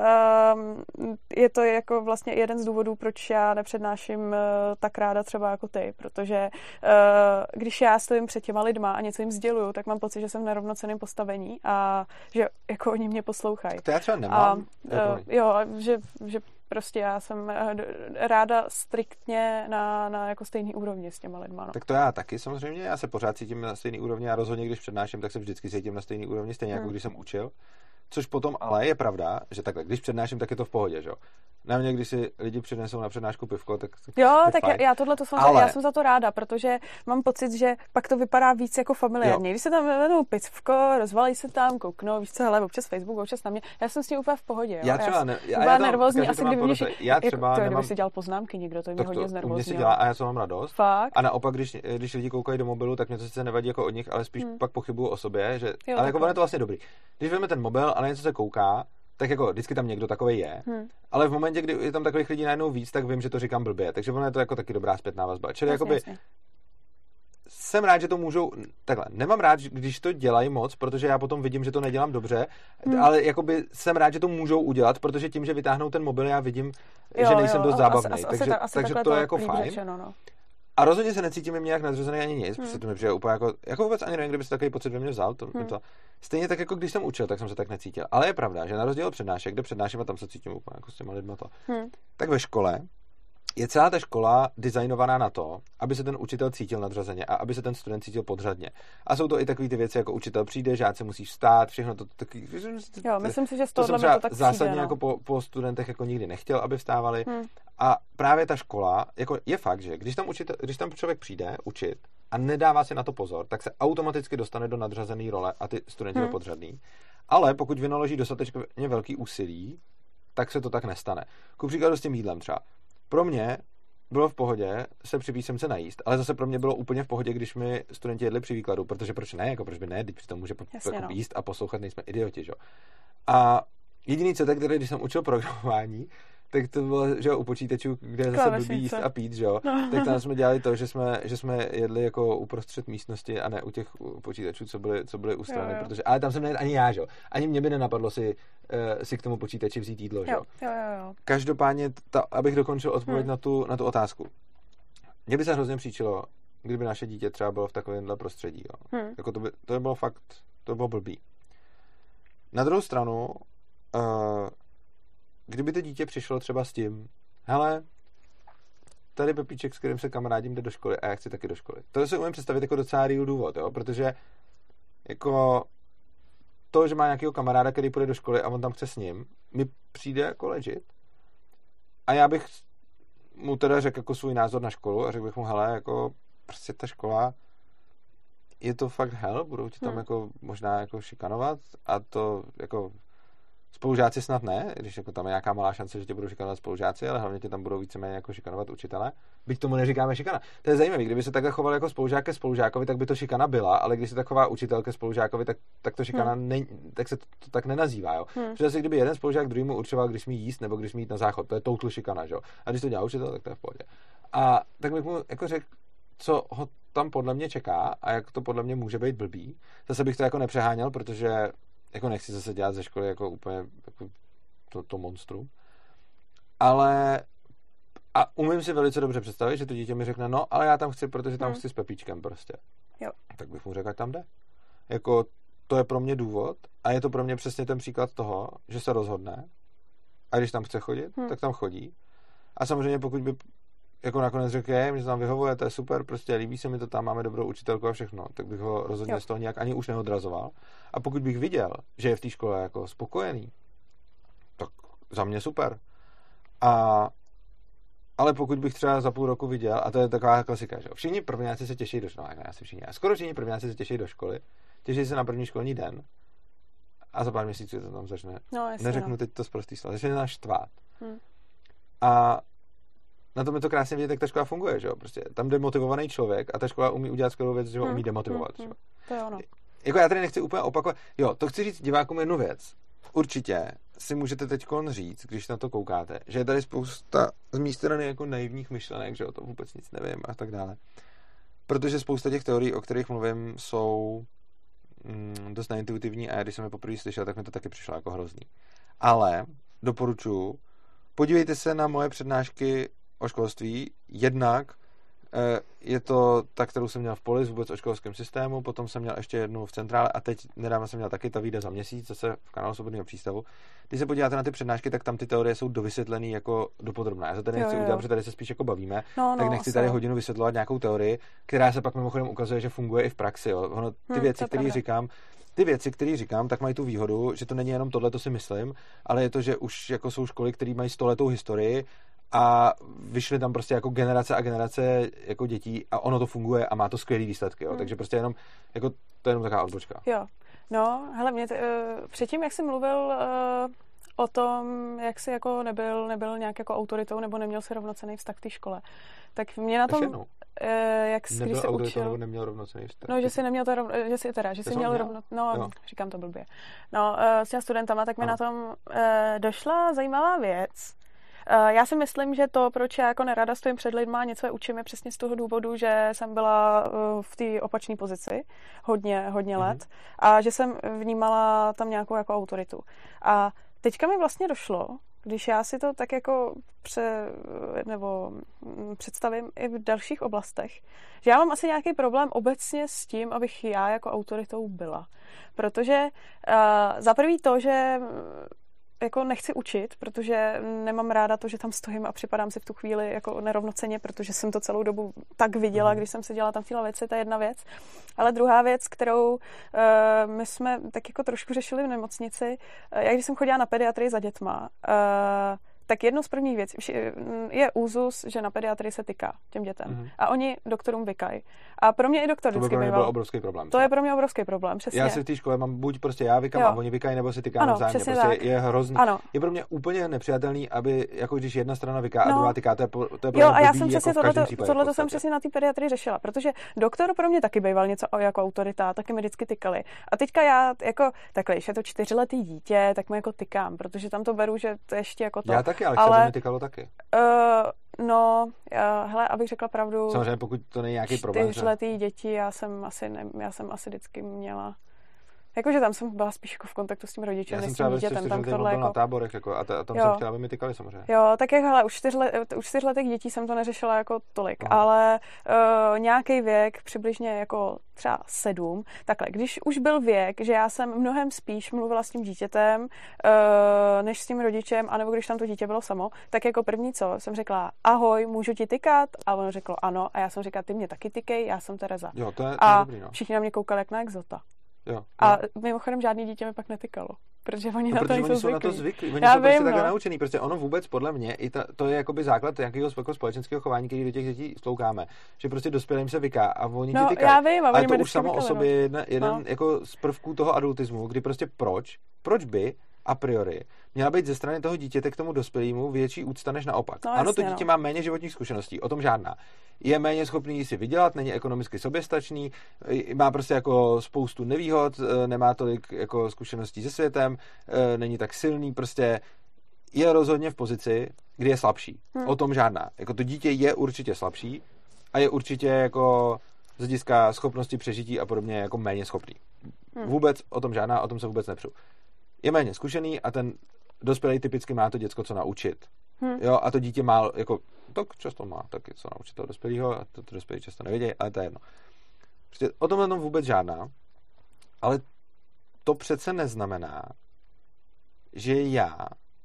je to jako vlastně jeden z důvodů, proč já nepřednáším tak ráda třeba jako ty, protože když já stojím před těma lidma a něco jim sděluju, tak mám pocit, že jsem v nerovnocenném postavení a že jako oni mě poslouchají. To já třeba nemám. A, jo, že, že prostě já jsem ráda striktně na, na jako stejný úrovni s těma lidma. No. Tak to já taky samozřejmě, já se pořád cítím na stejný úrovni a rozhodně, když přednáším, tak se vždycky cítím na stejný úrovni, stejně jako hmm. když jsem učil. Což potom ale je pravda, že takhle, když přednáším, tak je to v pohodě, že jo. Na mě, když si lidi přinesou na přednášku pivko, tak jo, tak tak fajn. já, já tohle to jsem, ale... já jsem za to ráda, protože mám pocit, že pak to vypadá víc jako familiárně. Když se tam venou pivko, rozvalí se tam, kouknou, víš co, hele, občas Facebook, občas na mě. Já jsem s tím úplně v pohodě. Jo. Já třeba já ne, já, já nervózní, asi kdyby mě, já třeba jako, to, nemám... kdyby si dělal poznámky někdo, to je mě hodně znervózní. Mě si dělá a já to mám radost. Fakt? A naopak, když, když lidi koukají do mobilu, tak mě to sice nevadí jako od nich, ale spíš hmm. pak pochybuju o sobě, že jo, ale jako ono je to vlastně dobrý. Když vezme ten mobil a na něco se kouká, tak jako vždycky tam někdo takovej je, hmm. ale v momentě, kdy je tam takových lidí najednou víc, tak vím, že to říkám blbě, takže ono je to jako taky dobrá zpětná vazba. Čili jakoby jasně. Jsem rád, že to můžou, takhle, nemám rád, když to dělají moc, protože já potom vidím, že to nedělám dobře, hmm. ale jakoby jsem rád, že to můžou udělat, protože tím, že vytáhnou ten mobil, já vidím, jo, že nejsem jo, dost zábavný, asi, takže, asi takže to je jako fajn. Řečeno, no. A rozhodně se necítím jim nějak nadřazený ani nic, hmm. protože to mi přijde úplně jako, jako vůbec ani nevím, kdyby se takový pocit ve mně vzal, to, hmm. to. Stejně tak, jako když jsem učil, tak jsem se tak necítil. Ale je pravda, že na rozdíl od přednášek, kde přednáším a tam se cítím úplně jako s těma lidma to. Hmm. Tak ve škole je celá ta škola designovaná na to, aby se ten učitel cítil nadřazeně a aby se ten student cítil podřadně. A jsou to i takové ty věci, jako učitel přijde, žáci musí vstát, všechno to taky. Jo, myslím si, že z to tohohle jsem mi to tak zásadně přijde, no. jako po, po studentech jako nikdy nechtěl, aby vstávali. Hmm. A právě ta škola, jako je fakt, že když tam, učitel, když tam člověk přijde učit a nedává si na to pozor, tak se automaticky dostane do nadřazené role a ty studenti hmm. do podřadný. Ale pokud vynaloží dostatečně velký úsilí, tak se to tak nestane. Ku příkladu s tím jídlem třeba. Pro mě bylo v pohodě se při písemce najíst, ale zase pro mě bylo úplně v pohodě, když mi studenti jedli při výkladu, protože proč ne, jako proč by ne, teď přitom může Jasně, jako no. jíst a poslouchat, nejsme idioti, že? A jediný co tak, který když jsem učil programování, tak to bylo, že jo, u počítačů, kde je zase blbý jíst a pít, že jo, no. Tak tam jsme dělali to, že jsme, že jsme jedli jako uprostřed místnosti a ne u těch počítačů, co byly, co byly u strany, jo, jo. Protože, ale tam jsem nejedl ani já, že jo, ani mě by nenapadlo si, uh, si k tomu počítači vzít jídlo, že jo. Jo, jo, jo. Každopádně, ta, abych dokončil odpověď hmm. na, tu, na tu otázku. Mně by se hrozně příčilo, kdyby naše dítě třeba bylo v takovémhle prostředí, jo. Hmm. Jako to by, to by bylo fakt, to by bylo blbý. Na druhou stranu, uh, kdyby to dítě přišlo třeba s tím, hele, tady Pepíček, s kterým se kamarádím, jde do školy a já chci taky do školy. To si umím představit jako docela real důvod, jo? Protože jako to, že má nějakého kamaráda, který půjde do školy a on tam chce s ním, mi přijde jako legit. A já bych mu teda řekl jako svůj názor na školu a řekl bych mu, hele, jako prostě ta škola je to fakt hell, budou ti tam hmm. jako možná jako šikanovat a to jako spolužáci snad ne, když jako tam je nějaká malá šance, že tě budou šikanovat spolužáci, ale hlavně tě tam budou víceméně jako šikanovat učitele. Byť tomu neříkáme šikana. To je zajímavé, kdyby se takhle choval jako spolužák ke spolužákovi, tak by to šikana byla, ale když se taková učitel ke spolužákovi, tak, tak to šikana hmm. ne, tak se to, to tak nenazývá, jo. Hmm. Protože kdyby jeden spolužák druhýmu určoval, když smí jíst nebo když smí jít na záchod, to je total šikana, jo. A když to dělá učitel, tak to je v pohodě. A tak bych mu jako řekl, co ho tam podle mě čeká a jak to podle mě může být blbý. Zase bych to jako nepřeháněl, protože jako nechci zase dělat ze školy jako úplně jako to, to monstrum. Ale a umím si velice dobře představit, že to dítě mi řekne, no, ale já tam chci, protože tam hmm. chci s Pepíčkem prostě. Jo. Tak bych mu řekl, ať tam jde. Jako to je pro mě důvod a je to pro mě přesně ten příklad toho, že se rozhodne a když tam chce chodit, hmm. tak tam chodí. A samozřejmě pokud by jako nakonec řekl, je, mě se tam vyhovuje, to je super, prostě líbí se mi to tam, máme dobrou učitelku a všechno, tak bych ho rozhodně jo. z toho nějak ani už neodrazoval. A pokud bych viděl, že je v té škole jako spokojený, tak za mě super. A ale pokud bych třeba za půl roku viděl, a to je taková klasika, že všichni prvňáci se těší do školy, no, já si všichni, a skoro všichni prvňáci se těší do školy, těší se na první školní den a za pár měsíců to tam začne. No, jasně, neřeknu no. teď to z prostý slova, začne nás štvát. Hmm. A na tom je to krásně vidět, jak ta škola funguje, že jo? Prostě tam jde motivovaný člověk a ta škola umí udělat skvělou věc, že ho hmm. umí demotivovat. Hmm. Hmm. To je ono. Jako já tady nechci úplně opakovat. Jo, to chci říct divákům jednu věc. Určitě si můžete teď říct, když na to koukáte, že je tady spousta z mé strany jako naivních myšlenek, že o tom vůbec nic nevím a tak dále. Protože spousta těch teorií, o kterých mluvím, jsou mm, dost neintuitivní a já, když jsem je poprvé slyšel, tak mi to taky přišlo jako hrozný. Ale doporučuji, podívejte se na moje přednášky o školství. Jednak je to ta, kterou jsem měl v Polis, vůbec o školském systému, potom jsem měl ještě jednu v Centrále a teď nedávno jsem měl taky, ta vyjde za měsíc, zase v kanálu Svobodného přístavu. Když se podíváte na ty přednášky, tak tam ty teorie jsou dovysvětlené jako dopodrobná. Já to tady nechci jo, jo. udělat, protože tady se spíš jako bavíme, no, tak no, nechci tady hodinu vysvětlovat nějakou teorii, která se pak mimochodem ukazuje, že funguje i v praxi. Jo. Ono, ty hmm, věci, které říkám, ty věci, které říkám, tak mají tu výhodu, že to není jenom tohle, to si myslím, ale je to, že už jako jsou školy, které mají stoletou historii a vyšly tam prostě jako generace a generace jako dětí a ono to funguje a má to skvělý výsledky, jo. Hmm. Takže prostě jenom, jako to je jenom taková odbočka. Jo, no, hele, mě t- uh, předtím, jak jsi mluvil uh, o tom, jak jsi jako nebyl, nebyl nějak jako autoritou nebo neměl si rovnocenný vztah v té škole, tak mě na tom, uh, jak jsi, když jsi učil... nebo neměl rovnocenný vztah. No, že jsi neměl to rovno, že jsi teda, že jsi měl rovno, no, jo. Říkám to blbě. No, uh, s těma studentama, tak mi na tom uh, došla zajímavá věc. Já si myslím, že to, proč já jako nerada stojím před lidma a něco učím, je přesně z toho důvodu, že jsem byla v té opačné pozici hodně, hodně let mm-hmm. a že jsem vnímala tam nějakou jako autoritu. A teďka mi vlastně došlo, když já si to tak jako pře, nebo představím i v dalších oblastech, že já mám asi nějaký problém obecně s tím, abych já jako autoritou byla. Protože uh, za prvý to, že jako nechci učit, protože nemám ráda to, že tam stojím a připadám si v tu chvíli jako nerovnocenně, protože jsem to celou dobu tak viděla, když jsem se dělala tam v té lavici, to je jedna věc. Ale druhá věc, kterou uh, my jsme tak jako trošku řešili v nemocnici, uh, já když jsem chodila na pediatrii za dětma, uh, tak jednou z prvních věcí je úzus, že na pediatrii se tyká těm dětem. Mm-hmm. A oni doktorům vykají. A pro mě i doktor to vždycky byl býval. obrovský problém. To je pro mě obrovský problém, přesně. Já si v té škole mám buď prostě já vykám jo. a oni vykají, nebo si tykáme ano, vzájemně. Prostě tak. je hrozný. Ano. Je pro mě úplně nepřijatelný, aby jako když jedna strana vyká no. a druhá tyká, to je, to je pro jo, mě a já blbý, jsem přesně jako tohleto, případě, tohleto jsem přesně na té pediatrii řešila, protože doktor pro mě taky býval něco jako autorita, taky mi vždycky tykali. A teďka já jako takhle, když je to čtyřletý dítě, tak mu jako tykám, protože tam to beru, že to ještě jako to. Já taky, ale, ale mi tykalo taky. Uh, no, uh, hele, abych řekla pravdu. Samozřejmě, pokud to není nějaký problém. Čtyřletý děti, já jsem asi ne, já jsem asi vždycky měla. Jakože tam jsem byla spíš jako v kontaktu s tím rodičem, já než s tím dítětem. Tam tohle byl jako... na táborech jako, a, t- a tam jo. jsem chtěla, aby mi tykali samozřejmě. Jo, tak jak hele, u, čtyřlet, u čtyřletých dětí jsem to neřešila jako tolik, Aha. ale uh, nějaký věk, přibližně jako třeba sedm, takhle, když už byl věk, že já jsem mnohem spíš mluvila s tím dítětem, uh, než s tím rodičem, anebo když tam to dítě bylo samo, tak jako první co, jsem řekla, ahoj, můžu ti tykat? A on řekl ano, a já jsem řekla, ty mě taky tykej, já jsem Tereza. Jo, to je, to je a dobrý, no. všichni na mě koukali jak na exota. Jo, jo. A mimochodem žádný dítě mi pak netykalo, protože oni no, na to protože nejsou oni jsou zvyklí. na to zvyklí. Oni Já jsou vím, prostě takhle no. naučený. Prostě ono vůbec podle mě, i ta, to je jakoby základ nějakého jako společenského chování, který do těch dětí stloukáme. Že prostě dospělým se vyká a oni no, ti tykají. Já vím, a ale oni to už samo vykali, o sobě no. je jeden, jeden no. jako z prvků toho adultismu, kdy prostě proč, proč by a priori měla být ze strany toho dítěte k tomu dospělému větší úcta než naopak. No, ano, jasně, to dítě no. má méně životních zkušeností, o tom žádná. Je méně schopný si vydělat, není ekonomicky soběstačný, má prostě jako spoustu nevýhod, nemá tolik jako zkušeností se světem, není tak silný, prostě je rozhodně v pozici, kdy je slabší. Hmm. O tom žádná. Jako to dítě je určitě slabší a je určitě jako z hlediska schopnosti přežití a podobně jako méně schopný. Hmm. Vůbec o tom žádná, o tom se vůbec nepřu. Je méně zkušený a ten dospělý typicky má to děcko co naučit. Hmm. Jo, a to dítě má, jako, tak často má taky co naučit toho dospělého a to, to dospělí často nevědějí, ale to je jedno. Prostě o tomhle tom vůbec žádná, ale to přece neznamená, že já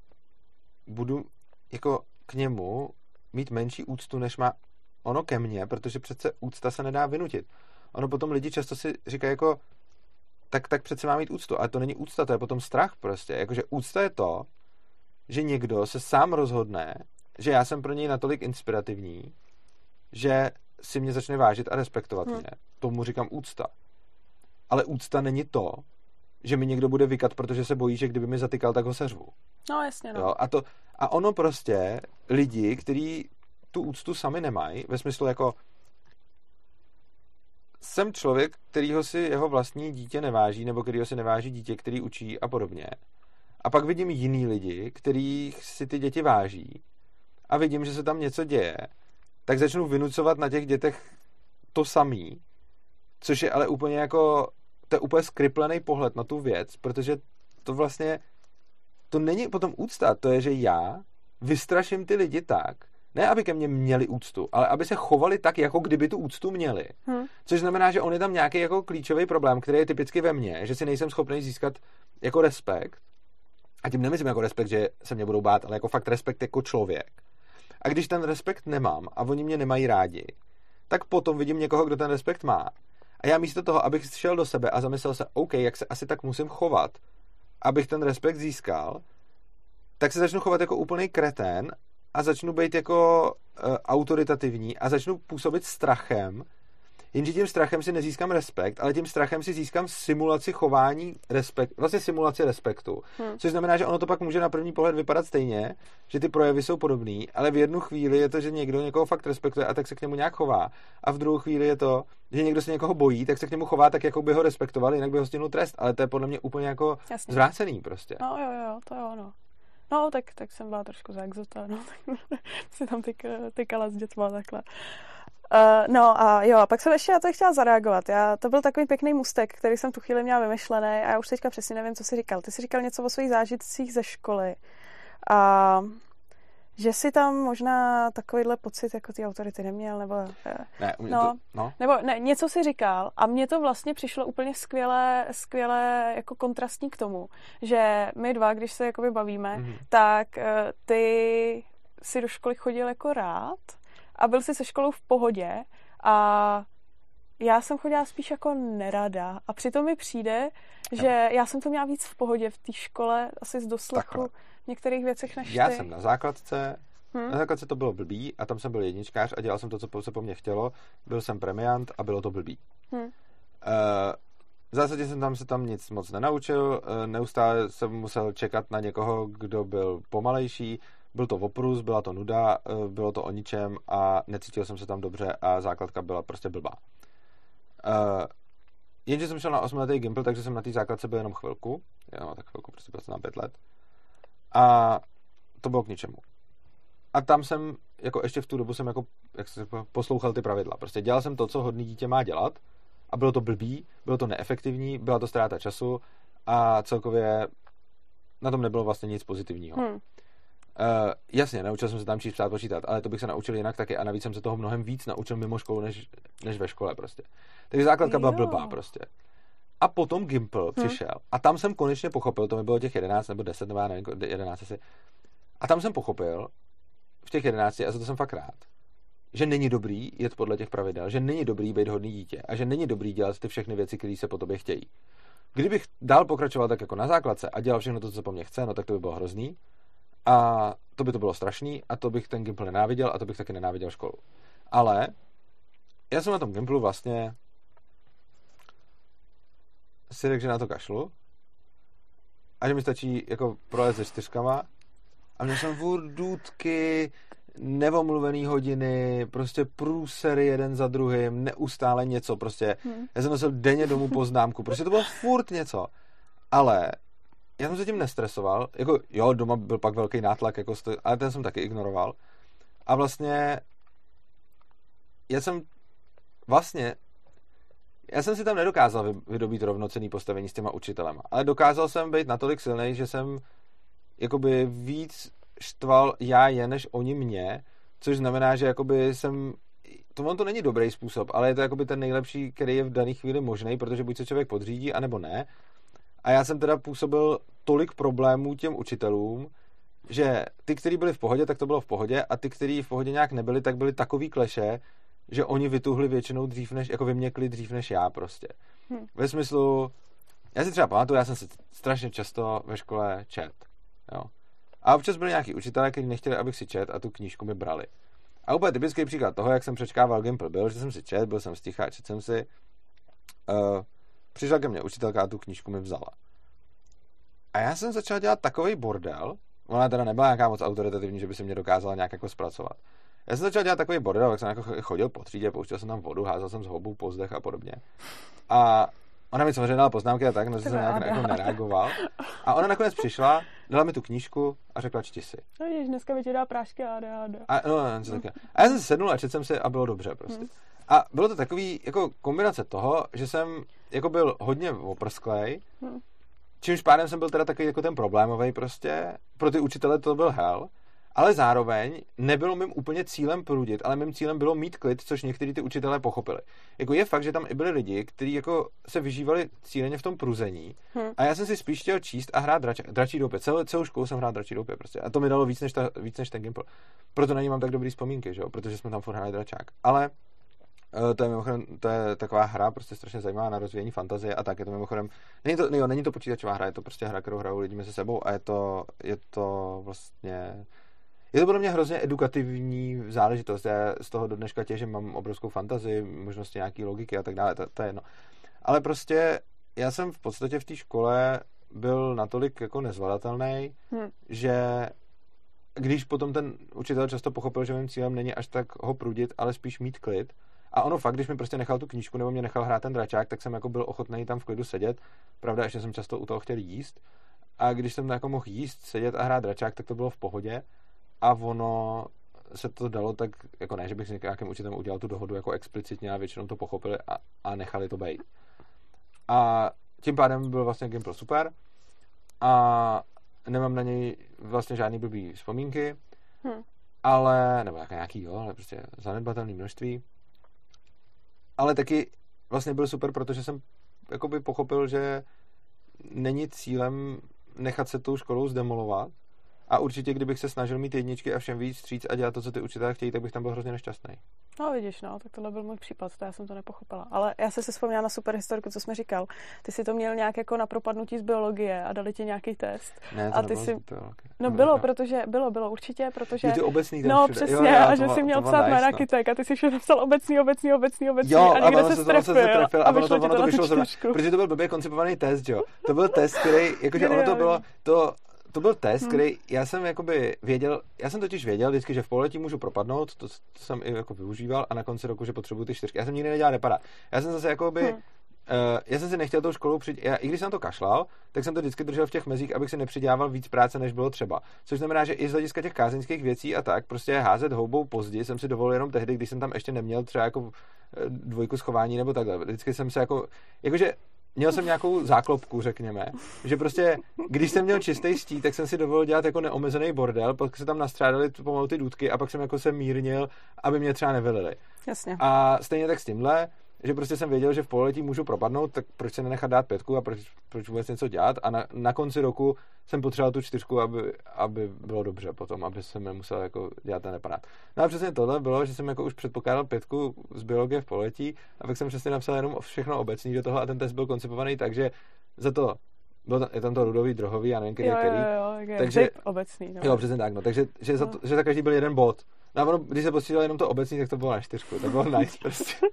budu jako k němu mít menší úctu, než má ono ke mně, protože přece úcta se nedá vynutit. Ono potom lidi často si říkají jako tak, tak přece má mít úctu, ale to není úcta, to je potom strach prostě. Jakože úcta je to, že někdo se sám rozhodne, že já jsem pro něj natolik inspirativní, že si mě začne vážit a respektovat hmm. mě. Tomu říkám úcta. Ale úcta není to, že mi někdo bude vykat, protože se bojí, že kdyby mi zatykal, tak ho seřvu. No jasně, no. Jo, a, to, a ono prostě lidi, kteří tu úctu sami nemají, ve smyslu jako jsem člověk, kterýho si jeho vlastní dítě neváží, nebo kterýho si neváží dítě, který učí a podobně. A pak vidím jiný lidi, kterých si ty děti váží a vidím, že se tam něco děje, tak začnu vynucovat na těch dětech to samý, což je ale úplně jako, to je úplně skriplený pohled na tu věc, protože to vlastně, to není potom úcta, to je, že já vystraším ty lidi tak, ne, aby ke mně měli úctu, ale aby se chovali tak, jako kdyby tu úctu měli. Hmm. Což znamená, že on je tam nějaký jako klíčový problém, který je typicky ve mně, že si nejsem schopný získat jako respekt. A tím nemyslím jako respekt, že se mě budou bát, ale jako fakt respekt jako člověk. A když ten respekt nemám a oni mě nemají rádi, tak potom vidím někoho, kdo ten respekt má. A já místo toho, abych šel do sebe a zamyslel se, OK, jak se asi tak musím chovat, abych ten respekt získal, tak se začnu chovat jako úplný kretén a začnu být jako uh, autoritativní a začnu působit strachem, jenže tím strachem si nezískám respekt, ale tím strachem si získám simulaci chování, respekt, vlastně simulaci respektu. Hmm. Což znamená, že ono to pak může na první pohled vypadat stejně, že ty projevy jsou podobný, ale v jednu chvíli je to, že někdo někoho fakt respektuje a tak se k němu nějak chová. A v druhou chvíli je to, že někdo se někoho bojí, tak se k němu chová tak, jako by ho respektoval, jinak by ho stihnul trest. Ale to je podle mě úplně jako Jasně. zvrácený prostě. No jo, jo, to jo, no. No, tak, tak jsem byla trošku za exota, no, tak si tam tyk, tykala s dětma takhle. Uh, no a jo, a pak jsem ještě na to chtěla zareagovat. Já, to byl takový pěkný mustek, který jsem tu chvíli měla vymyšlený a já už teďka přesně nevím, co jsi říkal. Ty jsi říkal něco o svých zážitcích ze školy. A že si tam možná takovýhle pocit jako ty autority neměl, nebo... Ne, no, to, no. Nebo ne, něco si říkal a mně to vlastně přišlo úplně skvěle, skvěle jako kontrastní k tomu, že my dva, když se jakoby bavíme, mm-hmm. tak uh, ty si do školy chodil jako rád a byl si se školou v pohodě a já jsem chodila spíš jako nerada a přitom mi přijde, že já jsem to měla víc v pohodě v té škole, asi z doslechu Takhle. v některých věcech než Já ty. jsem na základce, hmm. na základce to bylo blbý a tam jsem byl jedničkář a dělal jsem to, co se po mně chtělo. Byl jsem premiant a bylo to blbý. Hmm. Uh, v zásadě jsem tam se tam nic moc nenaučil, uh, neustále jsem musel čekat na někoho, kdo byl pomalejší. Byl to oprus, byla to nuda, uh, bylo to o ničem a necítil jsem se tam dobře a základka byla prostě blbá. Uh, jenže jsem šel na osmiletý gimpl, takže jsem na té základce byl jenom chvilku, jenom tak chvilku, prostě byl jsem na pět let a to bylo k ničemu. A tam jsem, jako ještě v tu dobu jsem jako, jak se řekl, poslouchal ty pravidla. Prostě dělal jsem to, co hodný dítě má dělat a bylo to blbý, bylo to neefektivní, byla to ztráta času a celkově na tom nebylo vlastně nic pozitivního. Hmm. Uh, jasně, naučil jsem se tam číst, psát, počítat, ale to bych se naučil jinak taky a navíc jsem se toho mnohem víc naučil mimo školu, než, než ve škole prostě. Takže základka byla blbá prostě. A potom Gimpl hmm. přišel a tam jsem konečně pochopil, to mi bylo těch jedenáct nebo deset, nebo já nevím, jedenáct asi. A tam jsem pochopil v těch jedenácti, a za to jsem fakt rád, že není dobrý jet podle těch pravidel, že není dobrý být hodný dítě a že není dobrý dělat ty všechny věci, které se po tobě chtějí. Kdybych dál pokračoval tak jako na základce a dělal všechno to, co se po mně chce, no tak to by bylo hrozný. A to by to bylo strašný a to bych ten Gimpl nenáviděl a to bych taky nenáviděl školu. Ale já jsem na tom Gimplu vlastně si řekl, že na to kašlu a že mi stačí jako projet se čtyřkama a měl jsem furt důtky, nevomluvený hodiny, prostě průsery jeden za druhým, neustále něco, prostě hmm. já jsem nosil denně domů poznámku, prostě to bylo furt něco, ale já jsem se tím nestresoval, jako jo, doma byl pak velký nátlak, jako stoj, ale ten jsem taky ignoroval. A vlastně já jsem vlastně já jsem si tam nedokázal vydobít rovnocenný postavení s těma učitelema, ale dokázal jsem být natolik silnej, že jsem jakoby víc štval já je, než oni mě, což znamená, že jakoby jsem to on to není dobrý způsob, ale je to jakoby ten nejlepší, který je v dané chvíli možný, protože buď se člověk podřídí, anebo ne. A já jsem teda působil tolik problémů těm učitelům, že ty, kteří byli v pohodě, tak to bylo v pohodě a ty, kteří v pohodě nějak nebyli, tak byli takový kleše, že oni vytuhli většinou dřív než, jako vyměkli dřív než já prostě. Hmm. Ve smyslu, já si třeba pamatuju, já jsem se strašně často ve škole čet, jo. A občas byli nějaký učitelé, kteří nechtěli, abych si čet a tu knížku mi brali. A úplně typický příklad toho, jak jsem přečkával Gimpl, byl, že jsem si čet, byl jsem sticha, čet jsem si, uh, přišla ke mně učitelka a tu knížku mi vzala. A já jsem začal dělat takovej bordel, ona teda nebyla nějaká moc autoritativní, že by se mě dokázala nějak jako zpracovat. Já jsem začal dělat takový bordel, jak jsem jako chodil po třídě, pouštěl jsem tam vodu, házel jsem z hobů po zdech a podobně. A ona mi samozřejmě dala poznámky a tak, no, že jsem nějak jako nereagoval. A ona nakonec přišla, dala mi tu knížku a řekla, čti si. No víš, dneska mi ti dá prášky a A D H D. A, no, no, no, a já jsem se sednul a četl jsem si a bylo dobře prostě. Hmm. A bylo to takový jako kombinace toho, že jsem jako byl hodně oprsklej, hmm. čímž pádem jsem byl teda takový jako ten problémový prostě, pro ty učitele to byl hell, ale zároveň nebylo mým úplně cílem prudit, ale mým cílem bylo mít klid, což někteří ty učitelé pochopili. Jako je fakt, že tam i byli lidi, kteří jako se vyžívali cíleně v tom pruzení hmm. a já jsem si spíš chtěl číst a hrát drač, dračí doupě. Celou, celou školu jsem hrál dračí doupě prostě. A to mi dalo víc než, ta, víc než ten Gimpl. Proto na ní mám tak dobrý vzpomínky, že jo? Protože jsme tam furt hráli dračák. Ale to je mimochodem, to je taková hra, prostě strašně zajímavá na rozvíjení fantazie a tak, je to mimochodem, není to, jo, není to počítačová hra, je to prostě hra, kterou hrajou lidi mezi sebou a je to, je to vlastně, je to pro mě hrozně edukativní záležitost, já z toho do dneška těžím, mám obrovskou fantazii, možnosti nějaký logiky a tak dále, to, to je jedno. Ale prostě já jsem v podstatě v té škole byl natolik jako nezvladatelný, hmm. že když potom ten učitel často pochopil, že mým cílem není až tak ho prudit, ale spíš mít klid. A ono fakt, když mi prostě nechal tu knížku nebo mě nechal hrát ten dračák, tak jsem jako byl ochotný tam v klidu sedět. Pravda, ještě jsem často u toho chtěl jíst. A když jsem jako mohl jíst, sedět a hrát dračák, tak to bylo v pohodě. A ono se to dalo tak, jako ne, že bych s nějakým učitelem udělal tu dohodu jako explicitně a většinou to pochopili a, a nechali to být. A tím pádem byl vlastně Gimpl super. A nemám na něj vlastně žádný blbý vzpomínky. Hmm. Ale, nebo nějaký, jo, ale prostě zanedbatelné množství. Ale taky vlastně byl super, protože jsem jakoby pochopil, že není cílem nechat se tou školou zdemolovat. A určitě, kdybych se snažil mít jedničky a všem víc vstříc a dělat to, co ty učitelé chtějí, tak bych tam byl hrozně nešťastný. No vidíš, no, tak tohle byl můj případ, to já jsem to nepochopila. Ale já jsem si vzpomněla na super historiku, co jsme říkal. Ty si to měl nějak jako na propadnutí z biologie a dali ti nějaký test. Ne, to a ty si... biologie. No bylo, no. protože, bylo, bylo určitě, protože... Jo, ty obecný ten No všude. přesně, jo, jo, a že to, jsi měl to psát jména nice, kytek a ty si všude napsal obecný, obecný, obecný, obecný jo, a někde a se trefil, trefil. A ono to, ono to, to vyšlo zrovna, protože to byl blbě koncipovaný test, jo. To byl test, který, jakože ono to bylo, to, to byl test, hmm. který já jsem jakoby věděl, já jsem totiž věděl vždycky, že v pololetí můžu propadnout, to, to jsem i jako využíval a na konci roku, že potřebuju ty čtyřky. Já jsem nikdy nedělal reparát. Já jsem zase jakoby, hmm. uh, já jsem si nechtěl tou školou přijít, já, i když jsem to kašlal, tak jsem to vždycky držel v těch mezích, abych si nepřidělával víc práce, než bylo třeba. Což znamená, že i z hlediska těch kázeňských věcí a tak, prostě házet houbou pozdě jsem si dovolil jenom tehdy, když jsem tam ještě neměl třeba jako dvojku schování nebo takhle. Vždycky jsem se jako, jakože měl jsem nějakou záklopku, řekněme, že prostě, když jsem měl čistý štít, tak jsem si dovolil dělat jako neomezený bordel, pak se tam nastřádali pomalu ty důtky a pak jsem jako se mírnil, aby mě třeba nevylili. Jasně. A stejně tak s tímhle, že prostě jsem věděl, že v pololetí můžu propadnout, tak proč se nenechat dát pětku a proč, proč vůbec něco dělat. A na, na konci roku jsem potřeboval tu čtyřku, aby, aby bylo dobře potom, aby jsem nemusel jako dělat ten reparát. No a přesně tohle bylo, že jsem jako už předpokládal pětku z biologie v pololetí a pak jsem přesně napsal jenom všechno obecný do toho a ten test byl koncipovaný tak, že za to bylo, je tam to rudový, drohový a nevím, který, jo, který. Jo, jo, jo, takže obecný. No. Jo, přesně tak, no. Takže že, no. Za to, že za každý byl jeden bod. No a ono, když se postřídalo jenom to obecný, tak to bylo na čtyřku. To bylo nice prostě.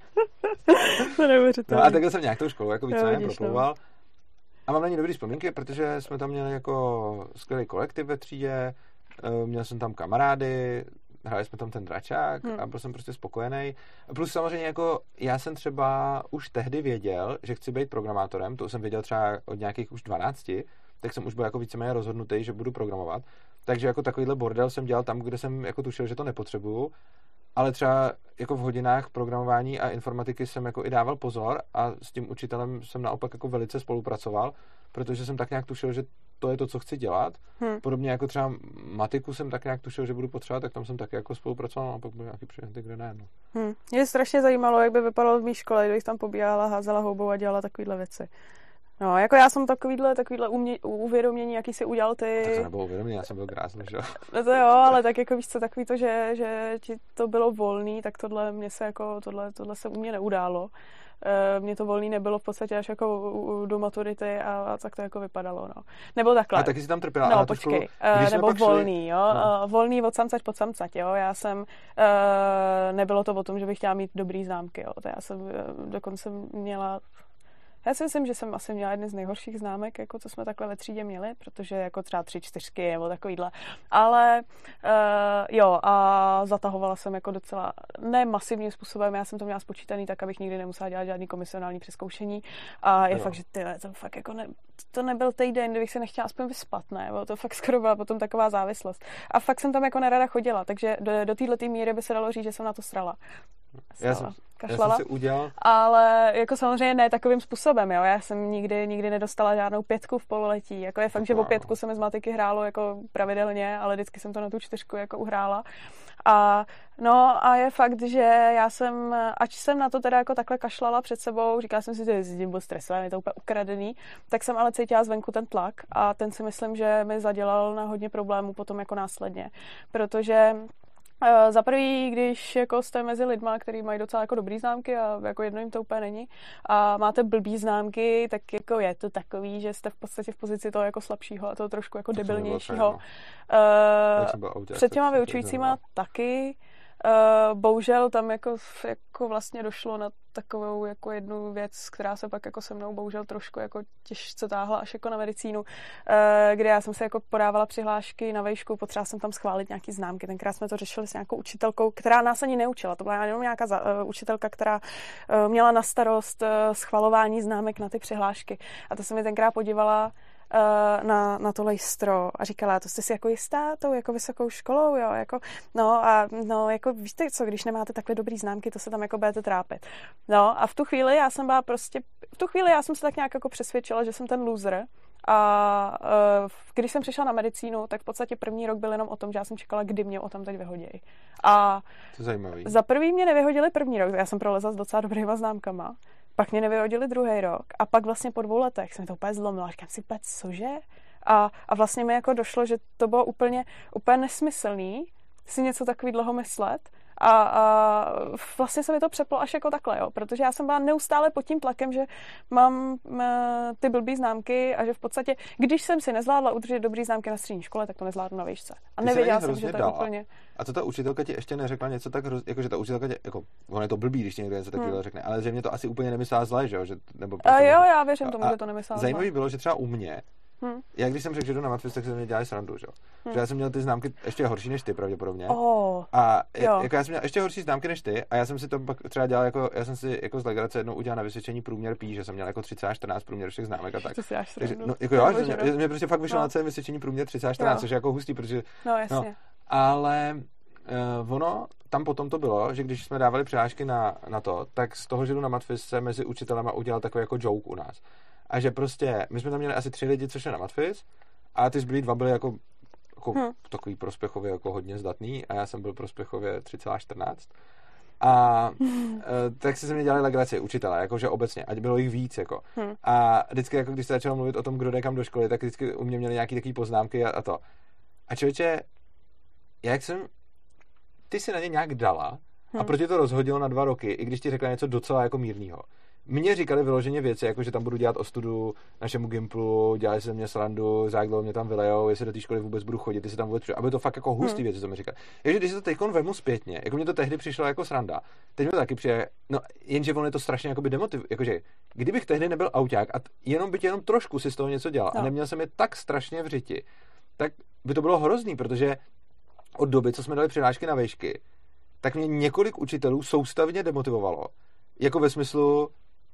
To neuvěřitelné. No a takhle jsem nějak tou školu jako víceméně proplouval. No. A mám na ní dobrý vzpomínky, protože jsme tam měli jako skvělý kolektiv ve třídě, měl jsem tam kamarády, hráli jsme tam ten dračák hmm. a byl jsem prostě spokojený. Plus samozřejmě jako já jsem třeba už tehdy věděl, že chci být programátorem, to jsem věděl třeba od nějakých už dvanácti, tak jsem už byl jako víceméně rozhodnutý, že budu programovat. Takže jako takovýhle bordel jsem dělal tam, kde jsem jako tušil, že to nepotřebuju, ale třeba jako v hodinách programování a informatiky jsem jako i dával pozor a s tím učitelem jsem naopak jako velice spolupracoval, protože jsem tak nějak tušil, že to je to, co chci dělat. Hmm. Podobně jako třeba matiku jsem tak nějak tušil, že budu potřebovat, tak tam jsem taky jako spolupracoval a pak byly nějaký předměty, kde ne. No. Hmm. Mě strašně zajímalo, jak by vypadalo v mé škole, kdybych tam pobíhala, házela houbou a dělala takovýhle věci. No, jako já jsem takovýhle, takovýhle umě, uvědomění, jaký si udělal ty... Tak to nebylo uvědomění, já jsem byl grázný, že jo? No to jo, ale tak jako víš co, takový to, že, že ti to bylo volný, tak tohle mě se jako, tohle, tohle se u mě neudálo. E, mně to volný nebylo v podstatě až jako do maturity a, a tak to jako vypadalo, no. Nebo takhle. A taky si tam trpěla. No, počkej, školu, nebo volný, šli... jo, no. Volný od samcať pod samcať, jo, já jsem, e, nebylo to o tom, že bych chtěla mít dobrý známky, jo, to já jsem dokonce měla... Já si myslím, že jsem asi měla jedny z nejhorších známek, jako co jsme takhle ve třídě měli, protože jako třeba tři, čtyřky nebo takovýhle. Ale uh, jo, a zatahovala jsem jako docela ne masivním způsobem, já jsem to měla spočítaný tak, abych nikdy nemusela dělat žádný komisionální přezkoušení. A je jo. fakt, že tyhle, to fakt jako ne, to nebyl týden, kdybych se nechtěla aspoň vyspat, ne? Bylo to fakt skoro byla potom taková závislost. A fakt jsem tam jako nerada chodila, takže do, do této míry by se dalo říct, že jsem na to srala. Já jsem, já jsem si udělal. Ale jako samozřejmě ne takovým způsobem, jo. Já jsem nikdy, nikdy nedostala žádnou pětku v pololetí. Jako je fakt, že o pětku se mi z matiky hrálo jako pravidelně, ale vždycky jsem to na tu čtyřku jako uhrála. A no a je fakt, že já jsem, ač jsem na to teda jako takhle kašlala před sebou, říkala jsem si, že jsem byl stresovaný, je to úplně ukradený, tak jsem ale cítila zvenku ten tlak a ten si myslím, že mi zadělal na hodně problémů potom jako následně. Protože za prvý, když jako jste mezi lidma, kteří mají docela jako dobrý známky a jako jedno jim to úplně není a máte blbý známky, tak jako je to takový, že jste v podstatě v pozici toho jako slabšího a toho trošku jako debilnějšího. Uh, před těma vyučujícíma taky. Uh, bohužel tam jako, jako vlastně došlo na takovou jako jednu věc, která se pak jako se mnou bohužel trošku jako těžce táhla až jako na medicínu, uh, kde já jsem se jako podávala přihlášky na vejšku, potřeba jsem tam schválit nějaký známky. Tenkrát jsme to řešili s nějakou učitelkou, která nás ani neučila. To byla jenom nějaká za, uh, učitelka, která uh, měla na starost uh, schvalování známek na ty přihlášky. A to se mi tenkrát podívala na, na to lejstro a říkala, to jste si jako jistá tou jako vysokou školou, jo, jako, no a no, jako víte co, když nemáte takhle dobrý známky, to se tam jako budete trápit. No a v tu chvíli já jsem byla prostě, v tu chvíli já jsem se tak nějak jako přesvědčila, že jsem ten loser A uh, když jsem přišla na medicínu, tak v podstatě první rok byl jenom o tom, že já jsem čekala, kdy mě o tom teď vyhodí. A to je zajímavý. Za prvý mě nevyhodili první rok, já jsem prolezla s docela dobrýma známkama. Pak mě nevyhodili druhý rok a pak vlastně po dvou letech jsem to úplně zlomila. Říkám si, pec, cože? A, a vlastně mi jako došlo, že to bylo úplně, úplně nesmyslný si něco takový dlouho myslet. A, a vlastně se mi to přeplo až jako takhle, jo, protože já jsem byla neustále pod tím tlakem, že mám m, ty blbý známky a že v podstatě, když jsem si nezvládla udržet dobrý známky na střední škole, tak to nezvládnu na výšce. A ty nevěděla jsem, že to dala. je úplně... A to ta učitelka ti ještě neřekla něco tak, jako že ta učitelka tě, jako, ono je to blbý, když ti někdo něco takového hmm. řekne, ale že mě to asi úplně nemyslela zle, že jo? Že, nebo prostě a jo, já věřím tomu, a že to nemyslela zle. Zajímavý bylo, že třeba u mě, Hmm. Já když jsem řekl, že jdu na matfiz, tak se mě dělali srandu, že? Hmm. Že já jsem měl ty známky ještě horší než ty pravděpodobně. Oh, a jo. jako já jsem měl ještě horší známky než ty a já jsem si to pak třeba dělal jako, já jsem si jako z legrace jednou udělal na vysvědčení průměr P, že jsem měl jako třicet a čtrnáct průměr všech známek a tak. Takže, no, jako jo, že mě, mě prostě fakt vyšlo no. na celém vysvědčení průměr třicet a čtrnáct, což je jako hustý, protože... No, jasně. No, ale uh, ono, tam potom to bylo, že když jsme dávali přihlášky na, na to, tak z toho, že jdu na matfiz, se mezi učitelema udělal takový jako joke u nás. A že prostě, my jsme tam měli asi tři lidi, co šli na matfiz, a ty zbylí dva byli jako, jako hmm. takový prospěchově jako hodně zdatný a já jsem byl prospěchově tři celá čtrnáct. A hmm. e, tak si se mě dělali legraci učitelé, jakože obecně, ať bylo jich víc, jako. Hmm. A vždycky, jako když se začalo mluvit o tom, kdo jde kam do školy, tak vždycky u mě měli nějaký takový poznámky a, a to. A člověče, jak jsem, ty si na ně nějak dala hmm. a proti to rozhodilo na dva roky, i když ti řekla něco docela jako mírnýho. Mně říkali vyloženě věci, jako že tam budu dělat ostudu našemu Gimplu, dělali se mě srandu, za jak dlouho mě tam vylejou, jestli do té školy vůbec budu chodit, jestli tam vůbec přijdu. A bylo to fakt jako hustý hmm. věci, co mi říkali. Takže když se to teďkon vemu zpětně, jako mě to tehdy přišlo jako sranda, teď mi to taky přijde, no jenže on je to strašně jakoby demotiv, jakože kdybych tehdy nebyl auťák a t- jenom by tě jenom trošku si z toho něco dělal no. a neměl jsem je tak strašně v řiti, tak by to bylo hrozný, protože od doby, co jsme dali přihlášky na vejšky, tak mě několik učitelů soustavně demotivovalo. Jako ve smyslu,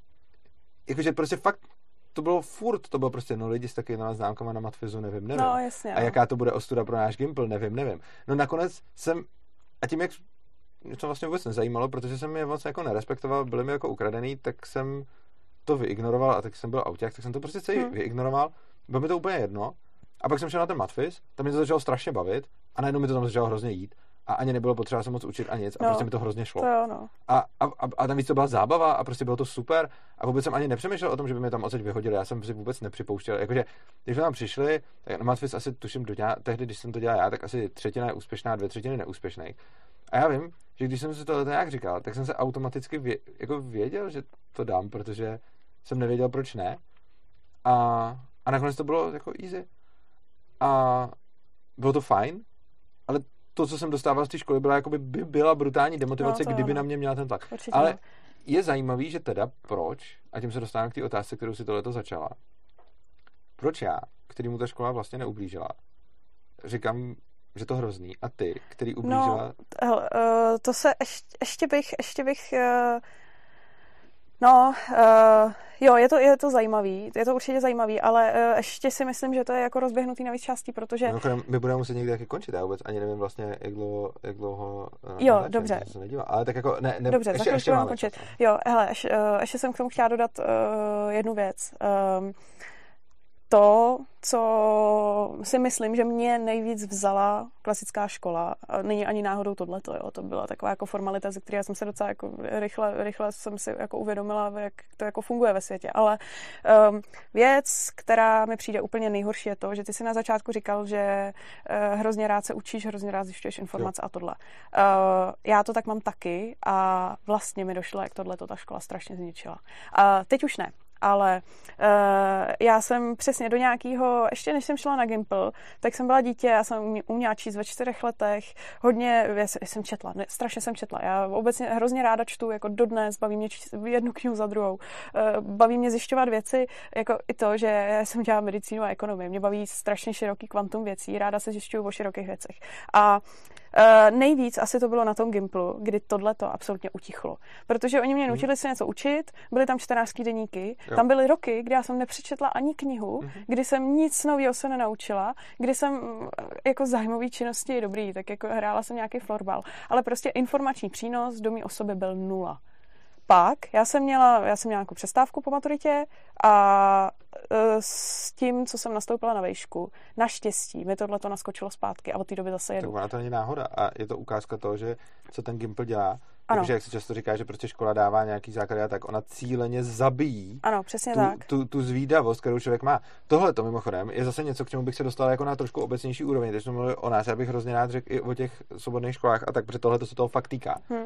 jakože prostě fakt to bylo furt, to bylo prostě, no lidi s takovými známkama na matfizu, nevím, nevím. No, jasně, a jaká to bude ostuda pro náš Gimpl, nevím, nevím. No nakonec jsem, a tím jak mě to vlastně vůbec nezajímalo, protože jsem je moc jako nerespektoval, byli mi jako ukradený, tak jsem to vyignoroval a tak jsem byl auťák, tak jsem to prostě celý hmm. vyignoroval. Bylo mi to úplně jedno. A pak jsem šel na ten matfiz, tam mě to začalo strašně bavit a najednou mi to tam začalo hrozně jít. A ani nebylo potřeba se moc učit a nic. A no, prostě mi to hrozně šlo. To jo, no. a, a, a, a tam víc to byla zábava a prostě bylo to super. A vůbec jsem ani nepřemýšlel o tom, že by mě tam odsaď vyhodili. Já jsem si vůbec nepřipouštěl. Jakože, když jsme tam přišli, tak na matfiz asi tuším, do dňa, tehdy, když jsem to dělal já, tak asi třetina je úspěšná, dvě třetiny neúspěšných. A já vím, že když jsem si to nějak říkal, tak jsem se automaticky vě, jako věděl, že to dám, protože jsem nevěděl, proč ne. A, a nakonec to bylo jako easy. A bylo to fajn, ale to, co jsem dostával z té školy, byla, jakoby, by byla brutální demotivace, no, kdyby no. na mě měla ten tlak. Určitě ale ne. je zajímavý, že teda proč, a tím se dostávám k té otázce, kterou si tohleto začala, proč já, který mu ta škola vlastně neublížila, říkám, že to hrozný, a ty, který ublížila... No, uh, to se ještě, ještě bych, ještě bych... Uh... No, uh, jo, je to, je to zajímavý, je to určitě zajímavý, ale uh, ještě si myslím, že to je jako rozběhnutý na víc částí, protože... No, my budeme muset někdy taky končit, já vůbec ani nevím vlastně, jak dlouho, jak dlouho uh, jo, nadáčem, dobře. Se nedívá, ale tak jako, ne, ne, dobře, ještě, ještě máme končit. čas. Jo, hele, ještě, uh, ještě jsem k tomu chtěla dodat uh, jednu věc. Um, to, co si myslím, že mě nejvíc vzala klasická škola, není ani náhodou tohleto, jo, to byla taková jako formalita, ze které jsem se docela jako rychle, rychle jsem si jako uvědomila, jak to jako funguje ve světě, ale um, věc, která mi přijde úplně nejhorší, je to, že ty si na začátku říkal, že uh, hrozně rád se učíš, hrozně rád zjišťuješ informace jo. a tohle. Uh, já to tak mám taky a vlastně mi došlo, jak tohleto ta škola strašně zničila. A teď už ne. Ale uh, já jsem přesně do nějakého, ještě než jsem šla na Gimpl, tak jsem byla dítě, já jsem uměla číst ve čtyřech letech, hodně, já jsem četla, ne, strašně jsem četla, já obecně hrozně ráda čtu, jako dodnes, baví mě číst jednu knihu za druhou, uh, baví mě zjišťovat věci, jako i to, že já jsem dělala medicínu a ekonomii, mě baví strašně široký kvantum věcí, ráda se zjišťuju o širokých věcech. A Uh, nejvíc asi to bylo na tom Gimplu, kdy tohleto absolutně utichlo. Protože oni mě nutili hmm. se něco učit, byly tam čtenářský deníky, jo. tam byly roky, kdy já jsem nepřečetla ani knihu, hmm. kdy jsem nic nového se nenaučila, kdy jsem jako zájmový činnosti je dobrý, tak jako hrála jsem nějaký florbal, ale prostě informační přínos do mý osoby byl nula. Pak já jsem měla, já jsem měla nějakou přestávku po maturitě a s tím, co jsem nastoupila na vejšku, naštěstí mi tohle to naskočilo zpátky a od té doby zase jedu. Tak ona to není náhoda a je to ukázka toho, že co ten Gimpl dělá. Takže jak se často říká, že prostě škola dává nějaký základy, tak ona cíleně zabíjí ano, přesně tu, tak. Tu, tu zvídavost, kterou člověk má. Tohle to mimochodem je zase něco, k čemu bych se dostal jako na trošku obecnější úroveň. Teď jsme mluvili o nás, já bych hrozně rád řekl i o těch svobodných školách a tak, protože tohle to se toho fakt týká. Hmm. Uh,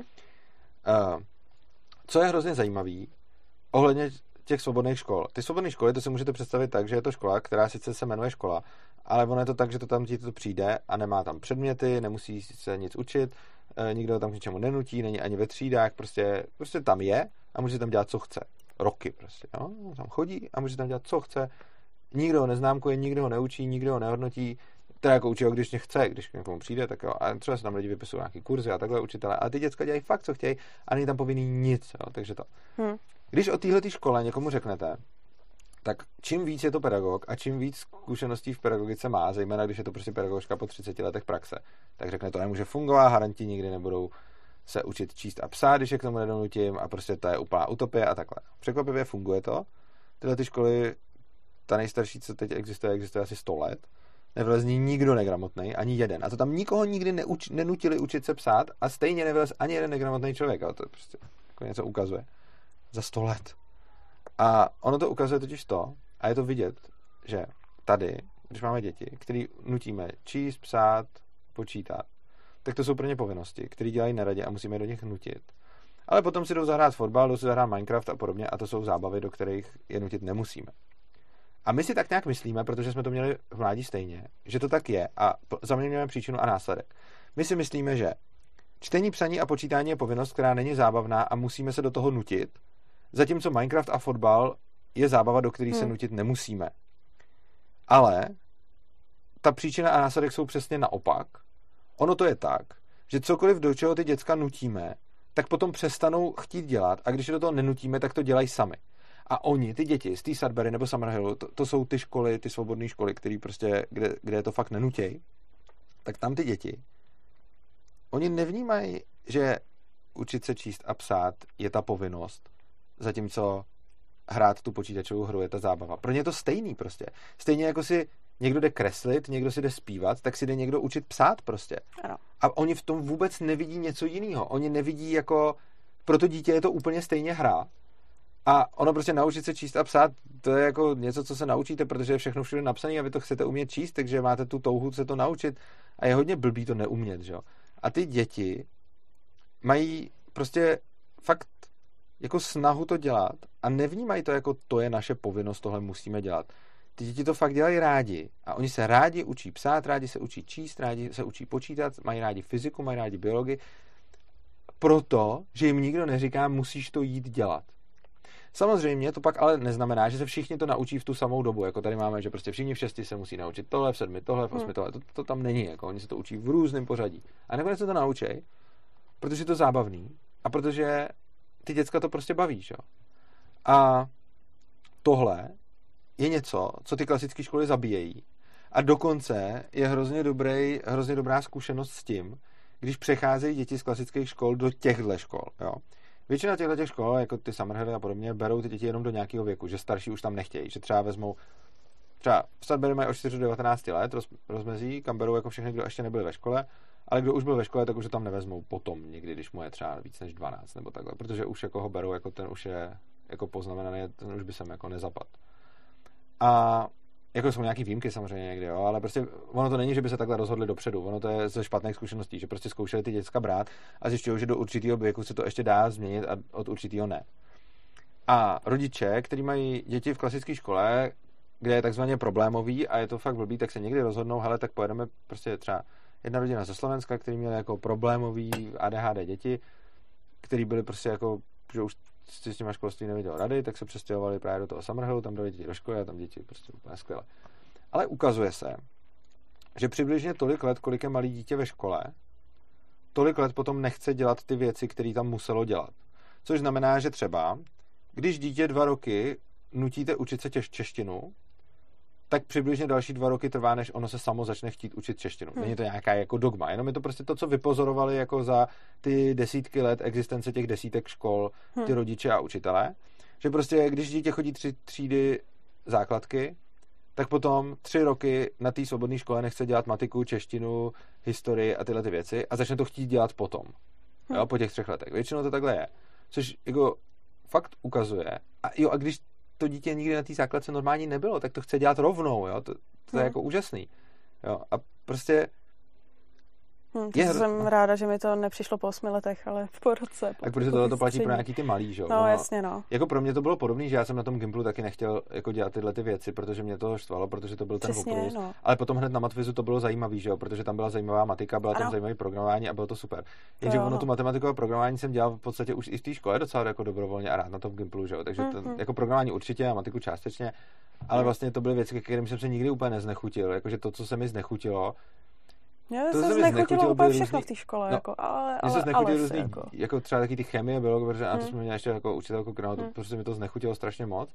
co je hrozně zajímavý ohledně těch svobodných škol. Ty svobodné školy, to si můžete představit tak, že je to škola, která sice se jmenuje škola, ale ono je to tak, že to tam ti to přijde a nemá tam předměty, nemusí se nic učit, e, nikdo tam k ničemu nenutí, není ani ve třídách, prostě, prostě tam je a může tam dělat, co chce. Roky prostě, jo? Tam chodí a může tam dělat, co chce. Nikdo ho neznámkuje, nikdo ho neučí, nikdo ho nehodnotí, teda jako učí ho, když chce, když k někomu přijde, tak jo. A třeba se tam lidi vypisují nějaký kurzy a takhle učitelé. A ty děcka dělají fakt, co chtějí a není tam povinný nic, jo? Takže to. Hmm. Když o téhletý škole někomu řeknete, tak čím víc je to pedagog a čím víc zkušeností v pedagogice má, zejména když je to prostě pedagožka po třiceti letech praxe, tak řekne, to nemůže fungovat, haranti nikdy nebudou se učit číst a psát, když je k tomu nedonutím a prostě to je úplná utopie a takhle. Překvapivě funguje to. Tyhle ty školy, ta nejstarší, co teď existuje, existuje asi sto let. Nevylez z ní nikdo negramotný, ani jeden. A to tam nikoho nikdy neuč, nenutili učit se psát a stejně nevylez ani jeden negramotný člověk. A to prostě jako něco ukazuje. Za sto let. A ono to ukazuje totiž to, a je to vidět, že tady, když máme děti, který nutíme číst, psát, počítat, tak to jsou pro ně povinnosti, které dělají neradě a musíme je do nich nutit. Ale potom si jdou zahrát fotbal, jdou si zahrát Minecraft a podobně a to jsou zábavy, do kterých je nutit nemusíme. A my si tak nějak myslíme, protože jsme to měli v mládí stejně, že to tak je a zaměňujeme příčinu a následek. My si myslíme, že čtení, psaní a počítání je povinnost, která není zábavná a musíme se do toho nutit, zatímco Minecraft a fotbal je zábava, do které hmm. se nutit nemusíme. Ale ta příčina a následek jsou přesně naopak. Ono to je tak, že cokoliv, do čeho ty děcka nutíme, tak potom přestanou chtít dělat a když je do toho nenutíme, tak to dělají sami. A oni, ty děti z té Sudbury nebo Summerhillu, to, to jsou ty školy, ty svobodné školy, který prostě, kde, kde to fakt nenutějí, tak tam ty děti, oni nevnímají, že učit se číst a psát je ta povinnost, zatímco hrát tu počítačovou hru je ta zábava. Pro ně je to stejný prostě. Stejně jako si někdo jde kreslit, někdo si jde zpívat, tak si jde někdo učit psát prostě. Ano. A oni v tom vůbec nevidí něco jiného. Oni nevidí jako, pro to dítě je to úplně stejně hra. A ono prostě naučit se číst a psát, to je jako něco, co se naučíte, protože je všechno všude napsané a vy to chcete umět číst, takže máte tu touhu se to naučit a je hodně blbý to neumět, že jo. A ty děti mají prostě fakt jako snahu to dělat a nevnímají to jako to je naše povinnost, tohle musíme dělat. Ty děti to fakt dělají rádi a oni se rádi učí psát, rádi se učí číst, rádi se učí počítat, mají rádi fyziku, mají rádi biologii, proto, že jim nikdo neříká, musíš to jít dělat. Samozřejmě to pak ale neznamená, že se všichni to naučí v tu samou dobu, jako tady máme, že prostě všichni v šesti se musí naučit tohle, v sedmi tohle, v osmi tohle, to, to tam není, jako oni se to učí v různém pořadí. A nakonec se to naučí, protože je to zábavný a protože ty děcka to prostě baví, jo. A tohle je něco, co ty klasické školy zabíjejí. A dokonce je hrozně dobrý, hrozně dobrá zkušenost s tím, když přecházejí děti z klasických škol do těchto škol, jo. Většina těchto těch škol, jako ty Summerhilly a podobně, berou ty děti jenom do nějakého věku, že starší už tam nechtějí, že třeba vezmou, třeba v Sudbury mají od čtyři do devatenácti let roz, rozmezí, kam berou jako všechny, kdo ještě nebyli ve škole, ale kdo už byl ve škole, tak už ho tam nevezmou potom někdy, když mu je třeba víc než dvanáct nebo takhle, protože už jako ho berou, jako ten už je jako poznamenaný, ten už by sem jako nezapad. A jako jsou nějaký výjimky samozřejmě někdy, jo, ale prostě ono to není, že by se takhle rozhodli dopředu, ono to je ze špatných zkušeností, že prostě zkoušeli ty děcka brát a zjišťují, že do určitého věku se to ještě dá změnit a od určitého ne. A rodiče, kteří mají děti v klasické škole, kde je takzvaně problémový a je to fakt blbý, tak se někdy rozhodnou, hele, tak pojedeme prostě třeba jedna rodina ze Slovenska, který měli jako problémový A D H D děti, který byli prostě jako, že už s těma školství neviděl rady, tak se přestěhovali právě do toho Summerhillu, tam dali děti do školy a tam děti prostě úplně skvěle. Ale ukazuje se, že přibližně tolik let, kolik je malý dítě ve škole, tolik let potom nechce dělat ty věci, které tam muselo dělat. Což znamená, že třeba, když dítě dva roky nutíte učit se těž češtinu, tak přibližně další dva roky trvá, než ono se samo začne chtít učit češtinu. Hmm. Není to nějaká jako dogma, jenom je to prostě to, co vypozorovali jako za ty desítky let existence těch desítek škol, ty hmm. rodiče a učitelé. Že prostě, když dítě chodí tři třídy základky, tak potom tři roky na té svobodné škole nechce dělat matiku, češtinu, historii a tyhle ty věci a začne to chtít dělat potom. Hmm. Jo, po těch třech letech. Většinou to takhle je. Což jako fakt ukazuje. A jo, a když to dítě nikdy na té základce normální nebylo, tak to chce dělat rovnou, jo. To, to hmm. je jako úžasný. Jo, a prostě Hmm, je hr... jsem ráda, že mi to nepřišlo po osmi letech, ale po roce. Po, tak protože tohle to platí pro nějaký ty malý, že jo? No, no, jasně, no. Jako pro mě to bylo podobné, že já jsem na tom Gimplu taky nechtěl jako dělat tyhle ty věci, protože mě to štvalo, protože to byl ten oprus. No. Ale potom hned na matfizu to bylo zajímavý, že jo? Protože tam byla zajímavá matika, byla tam zajímavý programování a bylo to super. Jenže ono no. tu matematiku a programování jsem dělal v podstatě už i v té škole docela jako dobrovolně a rád na tom Gimplu, že jo? Takže mm-hmm. to, jako programování určitě a matiku částečně, ale mm. vlastně to byly věci, kterým jsem se nikdy úplně neznechutil, jakože to, co se mi znechutilo. Mně se znechutilo úplně všechno v té škole, no, jako, ale, ale, se ale různý, jako. jako třeba taky ty chemie, biologie, protože hmm. na to jsme měli ještě jako učitelku, která to, hmm. protože mi to znechutilo strašně moc.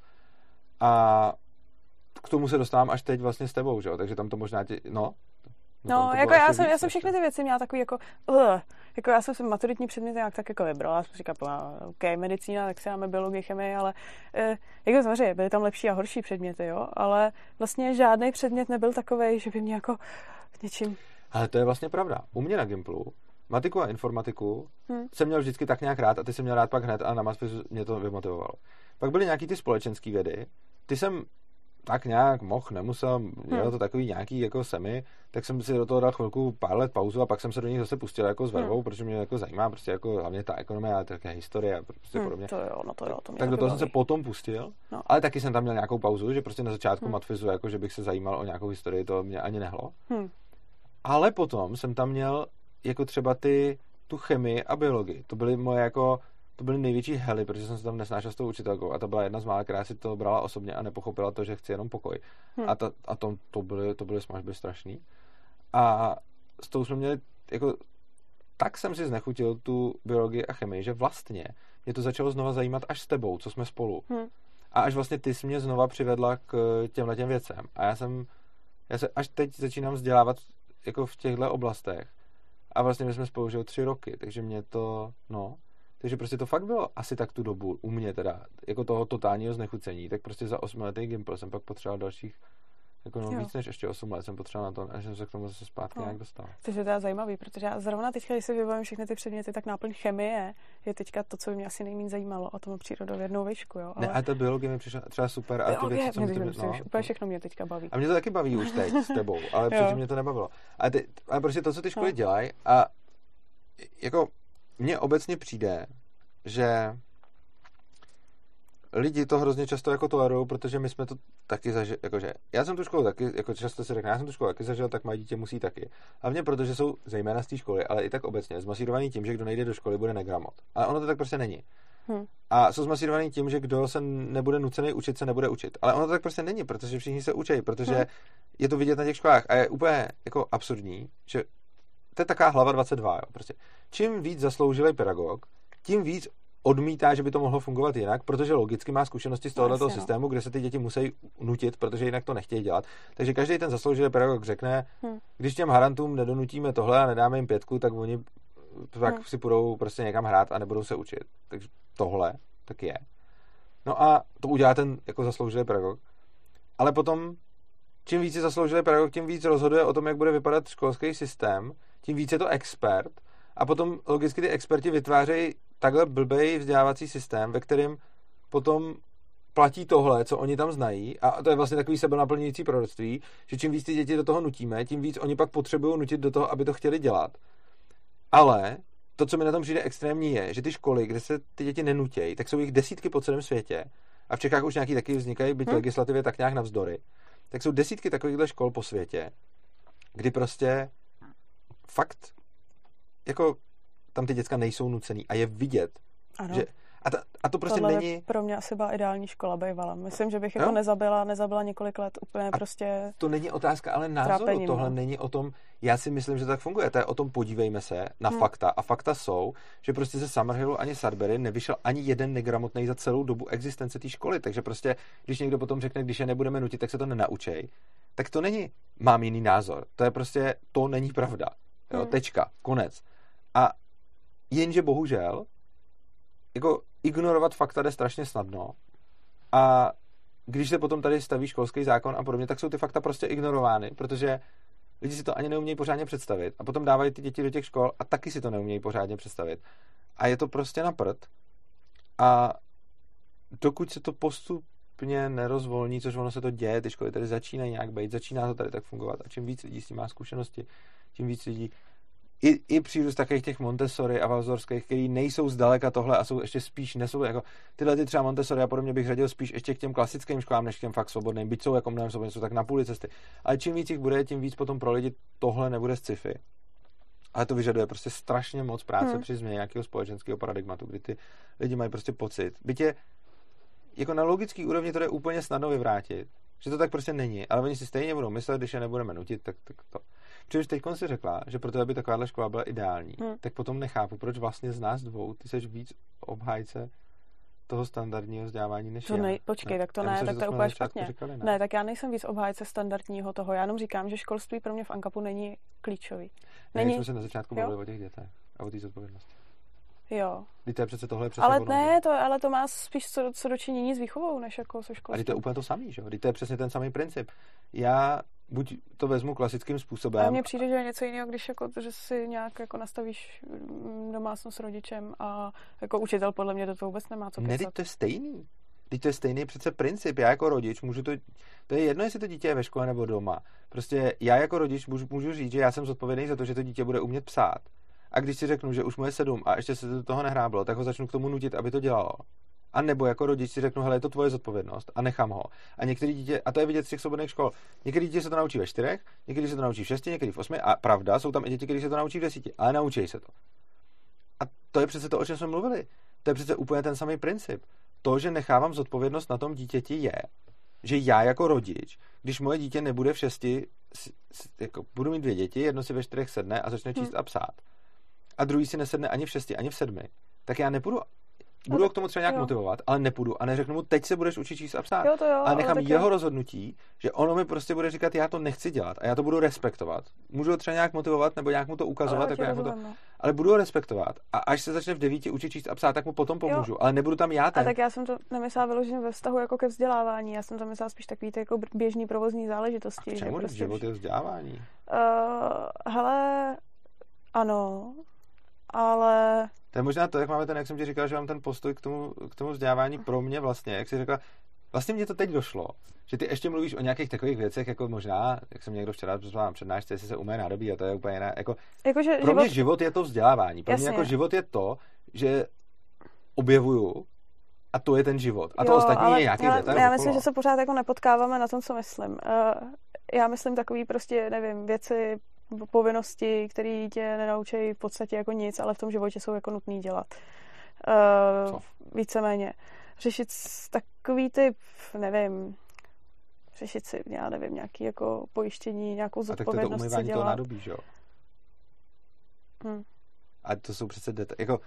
A k tomu se dostávám až teď vlastně s tebou, že jo, takže tam to možná ti, no. No, jako já jsem, víc, já jsem všechny ty věci měla takový jako, uh, jako já jsem si maturitní předměty nějak tak jako vybrala, já jsem říkala, ok, medicína, tak si dáme biologii, chemii, ale uh, jako samozřejmě, byly tam lepší a horší předměty, jo, ale vlastně žádný předmět nebyl takovej, že by mě jako něčím. Ale to je vlastně pravda. U mě na Gimplu matiku a informatiku hmm. jsem měl vždycky tak nějak rád a ty jsem měl rád pak hned a na matfizu mě to vymotivovalo. Pak byly nějaký ty společenský vědy, ty jsem tak nějak mohl, nemusel, měl hmm. to takový nějaký jako semi, tak jsem si do toho dal chvilku pár let pauzu a pak jsem se do nich zase pustil jako s vervou, hmm. protože mě jako zajímá prostě jako hlavně ta ekonomie a také historie a prostě hmm. podobně. To jo, no to jo, to mě tak do toho baví. jsem se potom pustil, no. Ale taky jsem tam měl nějakou pauzu, že prostě na začátku hmm. matfizu, jako že bych se zajímal o nějakou historii, to mě ani nehlo. Hmm. Ale potom jsem tam měl jako třeba ty, tu chemii a biologii. To byly moje jako, to byly největší hely, protože jsem se tam nesnášel s tou učitelkou a to byla jedna z mála, která si to brala osobně a nepochopila to, že chci jenom pokoj. Hmm. A, ta, a to, to byly, to byly smažby strašný. A s tou jsme měli jako, tak jsem si znechutil tu biologii a chemii, že vlastně mě to začalo znova zajímat až s tebou, co jsme spolu. Hmm. A až vlastně ty jsi mě znova přivedla k těmhletěm věcem. A já jsem, já se až teď začínám vzdělávat jako v těchto oblastech. A vlastně my jsme spolu žili tři roky, takže mě to, no, takže prostě to fakt bylo asi tak tu dobu, u mě teda, jako toho totálního znechucení, tak prostě za osmiletý Gimpl jsem pak potřeboval dalších, jako no, víc než ještě osm let jsem potřeboval na to, až jsem se k tomu zase zpátky no. nějak dostal. To je teda zajímavý, protože já zrovna teď, když si vybavím všechny ty předměty, tak náplň chemie je teďka to, co by mě asi nejméně zajímalo, a tomu přírodovědnou výšku, jo. Ale... Ne, a ta biologie mi přišla třeba super, a ty věci, co mi to no, úplně všechno mě teďka baví. A mě to taky baví už teď s tebou, ale předtím mě to nebavilo. A, ty, a prostě to, co ty školy no. dělají, a jako mně obecně přijde, že lidi to hrozně často jako tolerují, protože my jsme to taky zažili, jakože já jsem tu školu taky, jako často si řekne, já jsem tu školu taky zažil, tak moje dítě musí taky. Hlavně protože jsou zejména z té školy, ale i tak obecně zmasírovaný tím, že kdo nejde do školy, bude negramot. Ale ono to tak prostě není. Hmm. A jsou zmasírovaný tím, že kdo se nebude nucený učit, se nebude učit. Ale ono to tak prostě není, protože všichni se učí, protože hmm. je to vidět na těch školách a je úplně jako absurdní, že to je taká hlava dvacet dva, jo, prostě. Čím víc zasloužilý pedagog, tím víc odmítá, že by to mohlo fungovat jinak, protože logicky má zkušenosti z tohoto no, systému, kde se ty děti musí nutit, protože jinak to nechtějí dělat. Takže každý ten zasloužilý pedagog řekne, hmm. když těm harantům nedonutíme tohle a nedáme jim pětku, tak oni tak hmm. si půjdou prostě někam hrát a nebudou se učit. Takže tohle tak je. No a to udělá ten jako zasloužilý pedagog. Ale potom, čím víc je zasloužilý pedagog, tím víc rozhoduje o tom, jak bude vypadat školský systém, tím víc je to expert a potom logicky ty experti vytvářejí takhle blbej vzdělávací systém, ve kterém potom platí tohle, co oni tam znají, a to je vlastně takový sebenaplňující proroctví, že čím víc ty děti do toho nutíme, tím víc oni pak potřebují nutit do toho, aby to chtěli dělat. Ale to, co mi na tom přijde extrémní, je, že ty školy, kde se ty děti nenutějí, tak jsou jich desítky po celém světě a v Čechách už nějaký taky vznikají, byť hmm. legislativě tak nějak navzdory, tak jsou desítky takovýchhle škol po světě, kdy prostě fakt jako tam ty děcka nejsou nucený a je vidět, ano. že a, ta, a to prostě Tohle není... pro mě asi byla ideální škola bývala. Myslím, že bych jako nezabila, nezabila několik let úplně a prostě... To není otázka, ale názoru. Trápením, Tohle no. není o tom, já si myslím, že to tak funguje. To je o tom, podívejme se na hmm. fakta. A fakta jsou, že prostě ze Summerhillu ani Sudbury nevyšel ani jeden negramotnej za celou dobu existence té školy. Takže prostě, když někdo potom řekne, když je nebudeme nutit, tak se to nenaučej, tak to není, mám jiný názor. To je prostě, to není pravda. Jo, hmm. tečka, konec. A jenže bohužel, jako ignorovat fakta jde strašně snadno a když se potom tady staví školský zákon a podobně, tak jsou ty fakta prostě ignorovány, protože lidi si to ani neumějí pořádně představit a potom dávají ty děti do těch škol a taky si to neumějí pořádně představit. A je to prostě na prd. A dokud se to postupně nerozvolní, což ono se to děje, ty školy tady začínají nějak být, začíná to tady tak fungovat a čím víc lidí s tím má zkušenosti, tím víc lidí I, i přírůst takových těch Montessori a Waldorfských, který nejsou zdaleka tohle a jsou ještě spíš, nesou jako tyhle ty třeba Montessori a podobně bych řadil spíš ještě k těm klasickým školám, než k těm fakt svobodným, byť jsou jako mnohem svobodný, jsou tak na půli cesty. Ale čím víc jich bude, tím víc potom pro lidi tohle nebude sci-fi. Ale to vyžaduje prostě strašně moc práce hmm. při změně nějakého společenského paradigmatu, kdy ty lidi mají prostě pocit. Byť je, jako na logický úrovni to jde úplně snadno vyvrátit, že to tak prostě není, ale oni si stejně budou myslet, když je nebudeme nutit, tak, tak to. Protože teď si řekla, že proto, aby takováhle škola byla ideální, hmm. tak potom nechápu, proč vlastně z nás dvou ty seš víc obhájce toho standardního vzdělávání než to já. Nej, počkej, ne. tak to já ne, myslím, tak to je úplně špatně. Říkali, ne. ne, tak já nejsem víc obhájce standardního toho, já jenom říkám, že školství pro mě v Ankapu není klíčový. Není... Ne, jsme se na začátku bavili o těch dětech a o té zodpovědnosti. Jo. To je přece tohle je přece ale ne, to, ale to má spíš co, co dočinění s výchovou, než jako se školstvím. A to je úplně to samý, že jo? To je přesně ten samý princip. Já buď to vezmu klasickým způsobem. A mně přijde, že je něco jiného, když jako, že si nějak jako nastavíš domácnost s rodičem a jako učitel podle mě to vůbec nemá co kecat. Ne, to je stejný. Teď to je stejný přece princip. Já jako rodič můžu to, to je jedno, jestli to dítě je ve škole nebo doma. Prostě já jako rodič můžu, můžu říct, že já jsem zodpovědný za to, že to dítě bude umět psát. A když si řeknu, že už mu je sedm a ještě se do toho nehráblo, tak ho začnu k tomu nutit, aby to dělalo. A nebo jako rodič si řeknu, hele, je to tvoje zodpovědnost a nechám ho. A některé dítě, a to je vidět z těch svobodných škol, některé dítě se to naučí ve čtyřech, některé se to naučí v šesti, některé v osmi a pravda, jsou tam i děti, které se to naučí v desíti, ale naučí se to. A to je přece to, o čem jsme mluvili. To je přece úplně ten samý princip. To, že nechávám zodpovědnost na tom dítěti je, že já jako rodič, když moje dítě nebude v šesti, jako budu mít dvě děti, jedno si ve čtyřech sedne a začne číst hmm. a psát. A druhý si nesedne ani v šesti, ani v sedmi, tak já nepůjdu, budu ho k tomu třeba nějak jo. motivovat, ale nepůjdu a neřeknu mu, teď se budeš učit číst a psát. Jo, to jo, ale nechám ale jeho rozhodnutí, že ono mi prostě bude říkat, já to nechci dělat a já to budu respektovat. Můžu ho třeba nějak motivovat nebo nějak mu to ukazovat, ale, jako nějak rozumím, mu to, no. ale budu ho respektovat a až se začne v devíti učit číst a psát, tak mu potom pomůžu, jo. ale nebudu tam já ten. A tak já jsem to nemyslela vyloženě ve vztahu jako ke vzdělávání, já jsem to myslela spíš takový ty jako běžný provozní záležitosti. A k čemu že prostě život je vzdělávání? Uh, hele, ano, ale... To je možná to, jak máme ten, jak jsem ti říkal, že mám ten postoj k tomu, k tomu vzdělávání pro mě vlastně, jak jsi řekla, vlastně mě to teď došlo, že ty ještě mluvíš o nějakých takových věcech, jako možná, jak jsem někdo včera mám přednášce, jestli se umé nádobí a to je úplně jiné, jako, jako že pro život... mě život je to vzdělávání, pro Jasně. mě jako život je to, že objevuju a to je ten život. A to jo, ostatní ale, je nějaký ale, detail. Já okolo. myslím, že se pořád jako nepotkáváme na tom, co myslím. Uh, já myslím takový prostě, nevím, věci, povinnosti, které tě nenaučí v podstatě jako nic, ale v tom životě jsou jako nutný dělat. Uh, víceméně. Řešit takový typ, nevím, řešit si, já nevím, nějaký jako pojištění, nějakou zodpovědnost. A tak to je to umývání toho nádobí, že jo? Hmm. A to jsou přece detaily. Jako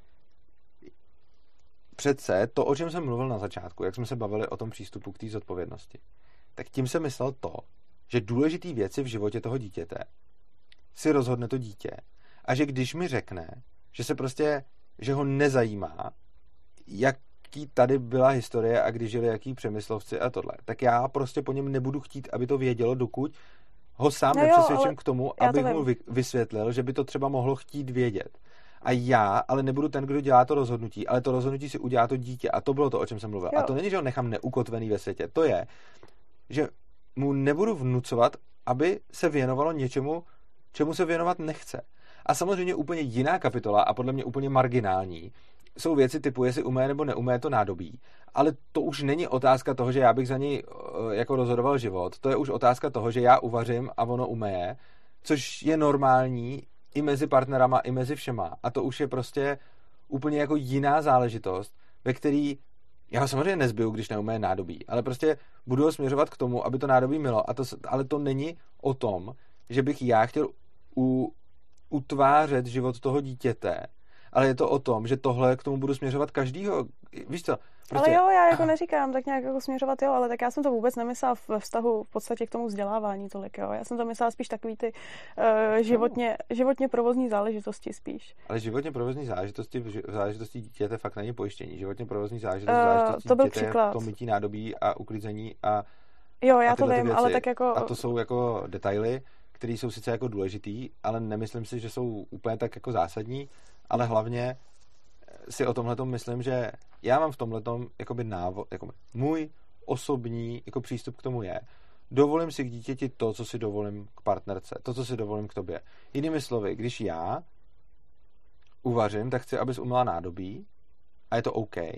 přece to, o čem jsem mluvil na začátku, jak jsme se bavili o tom přístupu k té zodpovědnosti, tak tím jsem myslel to, že důležitý věci v životě toho dítěte si rozhodne to dítě a že když mi řekne, že se prostě, že ho nezajímá, jaký tady byla historie a když žili jaký přemyslovci a tohle, tak já prostě po něm nebudu chtít, aby to vědělo, dokud ho sám no nepřesvědčím k tomu, abych mu vysvětlil, že by to třeba mohlo chtít vědět. A já ale nebudu ten, kdo dělá to rozhodnutí, ale to rozhodnutí si udělá to dítě. A to bylo to, o čem jsem mluvil. Jo. A to není, že ho nechám neukotvený ve světě. To je, že mu nebudu vnucovat, aby se věnovalo něčemu, čemu se věnovat nechce. A samozřejmě úplně jiná kapitola a podle mě úplně marginální jsou věci typu, jestli umé nebo neumé to nádobí. Ale to už není otázka toho, že já bych za něj jako rozhodoval život. To je už otázka toho, že já uvařím a ono umeje, což je normální i mezi partnerama, i mezi všema. A to už je prostě úplně jako jiná záležitost, ve který já ho samozřejmě nezbiju, když neumé nádobí, ale prostě budu ho směřovat k tomu, aby to nádobí mělo. A to, ale to není o tom, že bych já chtěl u, utvářet život toho dítěte, ale je to o tom, že tohle k tomu budu směřovat každýho, víš co? Prostě... Ale jo, já jako neříkám tak nějak jako směřovat, jo, ale tak já jsem to vůbec nemyslela ve vztahu v podstatě k tomu vzdělávání tolik, jo. Já jsem to myslela spíš takový ty uh, životně, životně provozní záležitosti spíš. Ale životně provozní záležitosti, v záležitosti dítěte fakt není pojištění. Životně provozní záležitosti, uh, záležitosti to byl dítěte příklad. Je to mytí nádobí a uklízení a jo, já a to vím, věci. ale tak jako... A to jsou jako detaily, které jsou sice jako důležitý, ale nemyslím si, že jsou úplně tak jako zásadní, ale hlavně si o tomhletom myslím, že já mám v tomhletom jakoby návod, jakoby můj osobní jako přístup k tomu je, dovolím si k dítěti to, co si dovolím k partnerce, to, co si dovolím k tobě. Jinými slovy, když já uvařím, tak chci, abys uměla nádobí a je to OK a,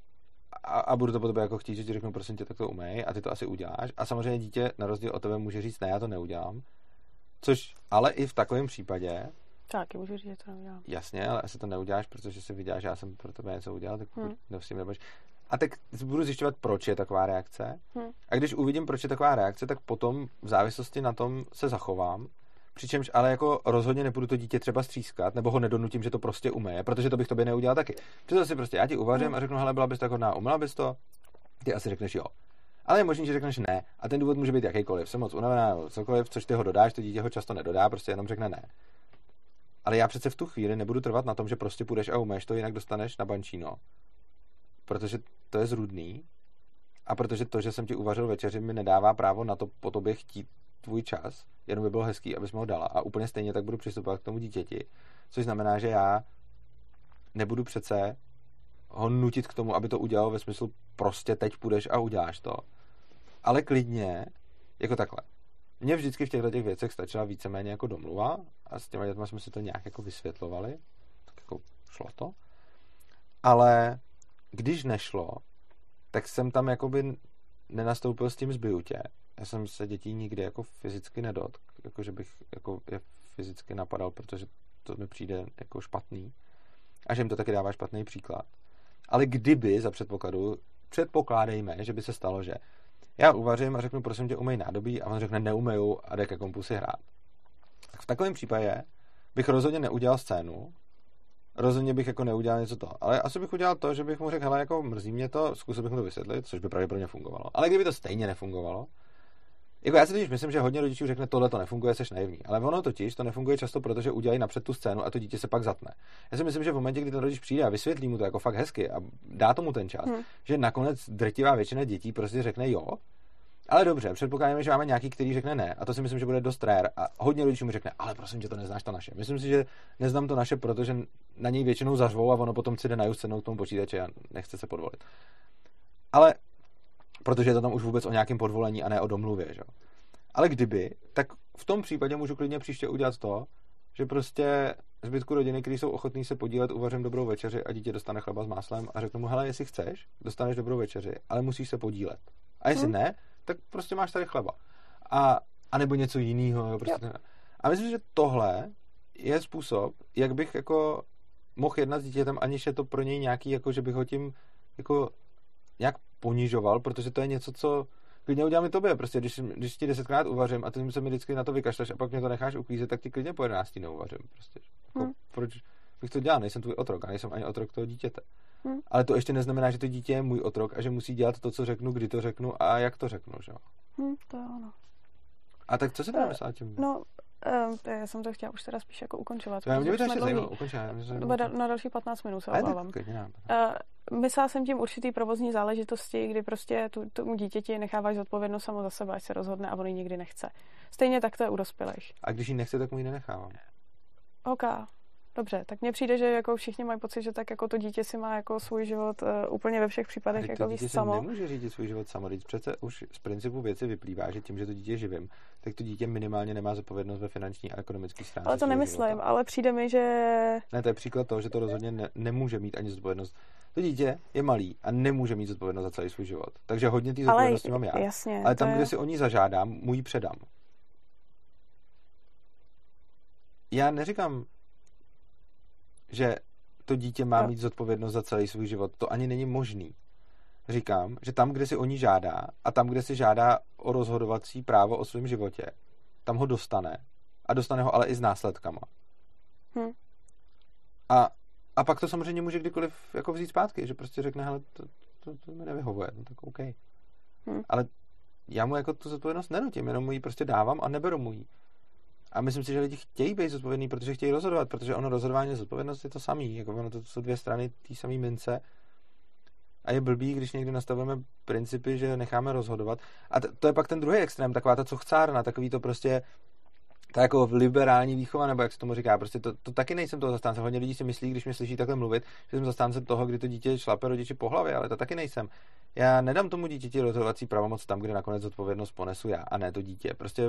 a budu to po tobě jako chtít, že ti řeknu, prosím tě, tak to umej a ty to asi uděláš a samozřejmě dítě na rozdíl od tebe může říct, ne, já to neudělám, což ale i v takovém případě tak, můžu říct, že to neudělám. Jasně, ale asi to neuděláš, protože si viděla, že já jsem pro tebe něco udělal, tak hmm. s tím nebudeš. A tak budu zjišťovat, proč je taková reakce. Hmm. A když uvidím, proč je taková reakce, tak potom v závislosti na tom se zachovám. Přičemž ale jako rozhodně nebudu to dítě třeba střískat, nebo ho nedonutím, že to prostě umeje, protože to bych tobě neudělal taky. Protože si prostě já ti uvařím hmm. a řeknu, hele, byla bys tak hodná, uměla bys to? Ty asi řekneš jo. Ale je možný, že řekneš ne. A ten důvod může být jakýkoliv. Jsem moc unavená, cokoliv, což ty ho dodáš, to dítě ho často nedodá, prostě jenom řekne ne. Ale já přece v tu chvíli nebudu trvat na tom, že prostě půjdeš a umeš to, jinak dostaneš na bančíno. Protože to je zrůdný a protože to, že jsem ti uvařil večeři, mi nedává právo na to po tobě chtít tvůj čas, jenom by bylo hezký, abys mi ho dala. A úplně stejně tak budu přistupovat k tomu dítěti, což znamená, že já nebudu přece ho nutit k tomu, aby to udělal ve smyslu prostě teď půjdeš a uděláš to. Ale klidně, jako takhle. Mně vždycky v těchto těch věcech stačila víceméně jako domluva a s těma dětma jsme si to nějak jako vysvětlovali, tak jako šlo to. Ale když nešlo, tak jsem tam jakoby nenastoupil s tím zbyutě. Já jsem se dětí nikdy jako fyzicky nedotk, jako že bych jako je fyzicky napadal, protože to mi přijde jako špatný a že jim to taky dává špatný příklad. Ale kdyby za předpokladu, předpokládejme, že by se stalo, že já uvařím a řeknu, prosím tě, umej nádobí a on řekne, neumeju a jde ke kompu si hrát. Tak v takovém případě bych rozhodně neudělal scénu, rozhodně bych jako neudělal něco to, ale asi bych udělal to, že bych mu řekl, hele, jako mrzí mě to, zkusil bych mu to vysvětlit, což by pravděpodobně fungovalo. Ale kdyby to stejně nefungovalo, jako já si totiž myslím, že hodně rodičů řekne, tohle to nefunguje, seš naivní. Ale ono totiž to nefunguje často, protože udělají napřed tu scénu a to dítě se pak zatne. Já si myslím, že v momentě, kdy ten rodič přijde a vysvětlí mu to jako fakt hezky a dá tomu ten čas, hmm. že nakonec drtivá většina dětí prostě řekne jo. Ale dobře, předpokládáme, že máme nějaký, který řekne ne. A to si myslím, že bude dost rare. A hodně rodičů mi řekne, ale prosím tě, to neznáš to naše. Myslím si, že neznám to naše, protože na něj většinou zařvou a ono potom si jde na just sednout k tomu počítači a nechce se podvolit. Ale protože je to tam už vůbec o nějakém podvolení a ne o domluvě, že? Ale kdyby, tak v tom případě můžu klidně příště udělat to, že prostě zbytku rodiny, kteří jsou ochotní se podílet, uvařím dobrou večeři a dítě dostane chleba s máslem a řeknu mu, hele, jestli chceš, dostaneš dobrou večeři, ale musíš se podílet. A jestli hmm. ne, tak prostě máš tady chleba. A, a nebo něco jiného. Prostě a myslím, že tohle je způsob, jak bych jako mohl jednat s dítětem, aniž je to pro něj nějaký, jako že bych ho tím jako nějak ponižoval, protože to je něco, co klidně udělám i tobě. Prostě když, když ti desetkrát uvařím a ty se mi vždycky na to vykašleš a pak mě to necháš uklízet, tak ti klidně po jedenáctí neuvařím. Prostě. Jako, hmm. Proč bych to dělal? Nejsem tvůj otrok a nejsem ani otrok toho dítěte. Hmm. Ale to ještě neznamená, že to dítě je můj otrok a že musí dělat to, co řeknu, kdy to řeknu a jak to řeknu, že jo? Hmm, to je ono. A tak co se tam myslela tím? No, um, já jsem to chtěla už teda spíš jako ukončovat. Já mě by to ještě zajímalo, ukončit. Na další patnáct minut se obávám. Uh, myslela jsem tím určitý provozní záležitosti, kdy prostě tu, tomu dítěti necháváš zodpovědnost samo za sebe, až se rozhodne a on ji nikdy nechce. Stejně tak to je u dospělých. A když ji nechce, tak mu ji nenechávám. OK. Dobře, tak mně přijde, že jako všichni mají pocit, že tak jako to dítě si má jako svůj život uh, úplně ve všech případech jako víc samo. To dítě si nemůže řídit svůj život samo, když přece už z principu věci vyplývá, že tím, že to dítě živím, tak to dítě minimálně nemá zodpovědnost ve finanční a ekonomické stránce. Ale to nemyslím, života. Ale přijde mi, že... Ne, to je příklad toho, že to rozhodně ne, nemůže mít ani zodpovědnost. To dítě je malý a nemůže mít zodpovědnost za celý svůj život. Takže hodně té zodpovědnosti mám já. Jasně, ale tam, je... kde si o ní zažádám, mu ji předám. Já neříkám, že to dítě má mít zodpovědnost za celý svůj život. To ani není možný. Říkám, že tam, kde si o ní žádá a tam, kde si žádá o rozhodovací právo o svém životě, tam ho dostane. A dostane ho ale i s následkama. Hmm. A a pak to samozřejmě může kdykoliv jako vzít zpátky, že prostě řekne, hele, to, to, to mi nevyhovuje, no tak OK. Hmm. Ale já mu jako tu zodpovědnost nenutím, jenom mu ji prostě dávám a neberu mu ji. A myslím si, že lidi chtějí být zodpovědní, protože chtějí rozhodovat, protože ono rozhodování a zodpovědnost je to samý, jako ono to jsou dvě strany té samé mince. A je blbý, když někdy nastavujeme principy, že necháme rozhodovat. A t- to je pak ten druhý extrém, taková ta cochcárna, takový to prostě ta jako liberální výchova, nebo jak se tomu říká, prostě to, to taky nejsem toho zastánce. Hodně lidí si myslí, když mě slyší takhle mluvit, že jsem zastáncem toho, kdy to dítě šlape rodiči po hlavě, ale to taky nejsem. Já nedám tomu dítěti rozhodovací pravomoc tam, kde nakonec zodpovědnost ponesu já, a ne to dítě. Prostě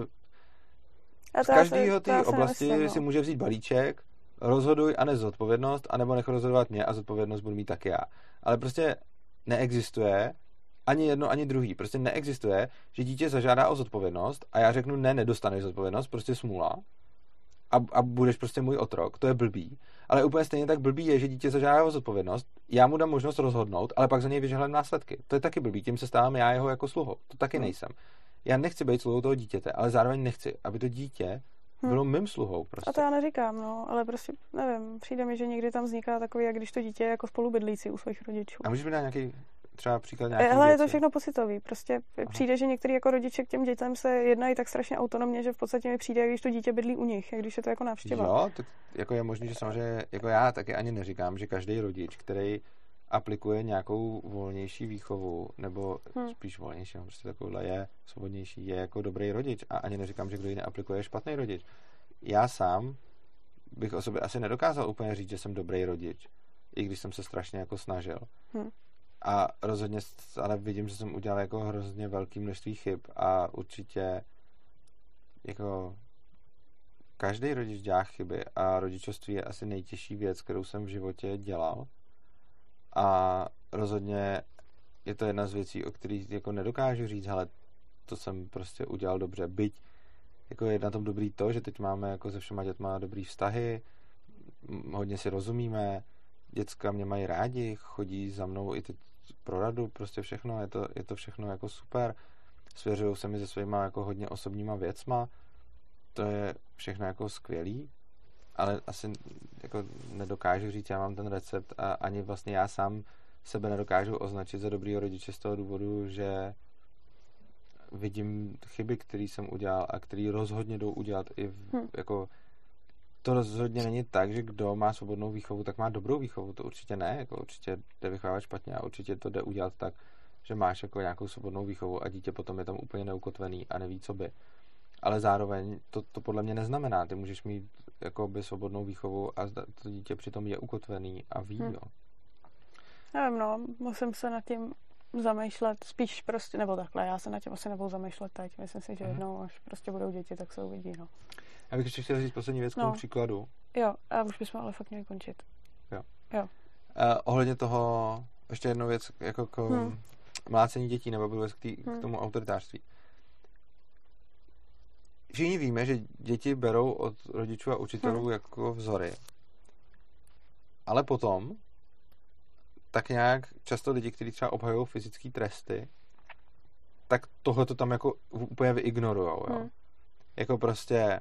z každého té oblasti nemyslím, no. si může vzít balíček, rozhoduj a ne zodpovědnost, anebo nech rozhodovat mě a zodpovědnost budu mít taky já. Ale prostě neexistuje ani jedno, ani druhý. Prostě neexistuje, že dítě zažádá o zodpovědnost a já řeknu ne, nedostaneš zodpovědnost, prostě smůla a, a budeš prostě můj otrok. To je blbý. Ale úplně stejně tak blbý je, že dítě zažádá o zodpovědnost, já mu dám možnost rozhodnout, ale pak za něj vyžahlím následky. To je taky blbý, tím se stávám já jeho jako sluhou. To taky nejsem. Já nechci být sluhou toho dítěte, ale zároveň nechci, aby to dítě bylo hmm. mým sluhou. Prostě. A to já neříkám, no, ale prostě nevím, přijde mi, že někdy tam vzniká takový, jak když to dítě je jako spolubydlící u svých rodičů. A můžeš mi dát nějaký třeba příklad nějaký Ale věci? je to všechno pocitový. Prostě Aha. přijde, že některý jako rodiče k těm dětem se jednají tak strašně autonomně, že v podstatě mi přijde, když to dítě bydlí u nich, jak když je to jako návštěva. Jo, tak jako je možný, že samozřejmě jako já taky ani neříkám, že každý rodič, který aplikuje nějakou volnější výchovu, nebo hmm. spíš volnější, no, prostě takovouhle je svobodnější, je jako dobrý rodič. A ani neříkám, že kdo ji neaplikuje, je špatný rodič. Já sám bych o sobě asi nedokázal úplně říct, že jsem dobrý rodič, i když jsem se strašně jako snažil. Hmm. A rozhodně, ale vidím, že jsem udělal jako hrozně velké množství chyb a určitě jako každý rodič dělá chyby a rodičovství je asi nejtěžší věc, kterou jsem v životě dělal. A rozhodně je to jedna z věcí, o kterých jako nedokážu říct, ale to jsem prostě udělal dobře. Byť jako je na tom dobrý to, že teď máme jako se všema dětma dobrý vztahy, hodně si rozumíme, děcka mě mají rádi, chodí za mnou i teď pro radu, prostě všechno, je to, je to všechno jako super. Svěřují se mi se svýma jako hodně osobníma věcma, to je všechno jako skvělý, ale asi jako nedokážu říct, já mám ten recept a ani vlastně já sám sebe nedokážu označit za dobrýho rodiče z toho důvodu, že vidím chyby, které jsem udělal a které rozhodně jdou udělat i v, hmm. jako to rozhodně není tak, že kdo má svobodnou výchovu, tak má dobrou výchovu, to určitě ne, jako určitě jde vychovávat špatně a určitě to jde udělat tak, že máš jako nějakou svobodnou výchovu a dítě potom je tam úplně neukotvený a neví, co by. Ale zároveň to, to podle mě neznamená, ty můžeš mít jakoby svobodnou výchovu a to dítě přitom je ukotvený a ví, hmm. jo. Nevím, no, musím se nad tím zamýšlet, spíš prostě, nebo takhle, já se nad tím asi nebudu zamýšlet teď, myslím si, že hmm. jednou, až prostě budou děti, tak se uvidí, no. Já bych ještě chtěl říct poslední věc k no. tomu příkladu. Jo, a už bychom ale fakt měli končit. Jo. Jo. Uh, ohledně toho, ještě jednou věc, jako k hmm. mlácení dětí, nebo byl k, tý, hmm. k tomu autoritářství. Všichni víme, že děti berou od rodičů a učitelů hmm. jako vzory. Ale potom tak nějak často lidi, kteří třeba obhajují fyzické tresty, tak tohle to tam jako úplně vyignorujou, jo. Hmm. Jako prostě